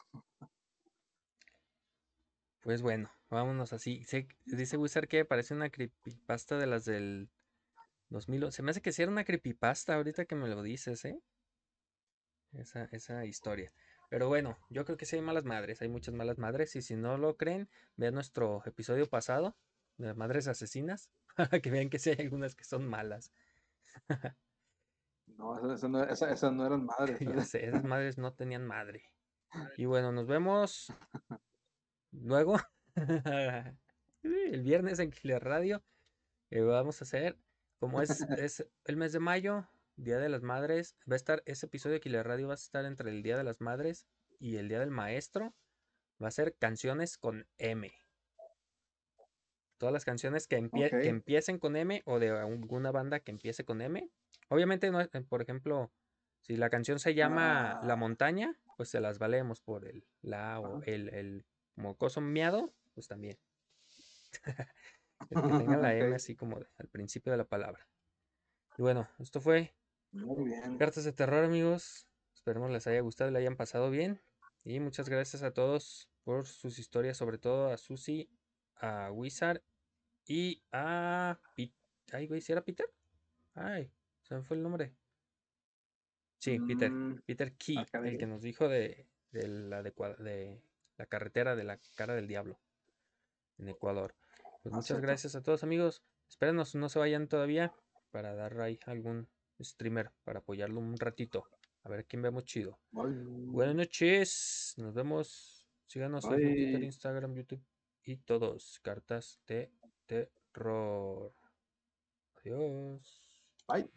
Pues bueno, vámonos así. Dice Wizard que parece una creepypasta de las del 2000. Se me hace que sí era una creepypasta ahorita que me lo dices, ¿eh? Esa historia. Pero bueno, yo creo que sí hay malas madres, hay muchas malas madres. Y si no lo creen, vean nuestro episodio pasado de madres asesinas, para que vean que sí hay algunas que son malas. No, esas no eran madres. Ya sé, esas madres no tenían madre. Y bueno, nos vemos luego el viernes en Killer Radio. Vamos a hacer, como es el mes de mayo, Día de las Madres, va a estar, ese episodio de Killer Radio va a estar entre el Día de las Madres y el Día del Maestro. Va a ser canciones con M. Todas las canciones que empiecen con M o de alguna banda que empiece con M. Obviamente, no, por ejemplo, si la canción se llama La Montaña, pues se las valemos por la o el mocoso miado, pues también. El que tenga la M así como al principio de la palabra. Y bueno, esto fue Muy bien. Cartas de Terror, amigos. Esperemos les haya gustado y le hayan pasado bien. Y muchas gracias a todos por sus historias, sobre todo a Susi, a Wizard y a Ay, güey, ¿sí era Peter? Ay, se me fue el nombre. Sí, Peter. Peter Key, el que nos dijo de la carretera de la cara del diablo en Ecuador. Pues muchas gracias a todos, amigos. Espérenos, no se vayan todavía para dar ahí algún streamer para apoyarlo un ratito. A ver quién vemos chido. Buenas noches. Nos vemos. Síganos en Facebook, Twitter, Instagram, YouTube y todos. Cartas de terror. Adiós. Bye.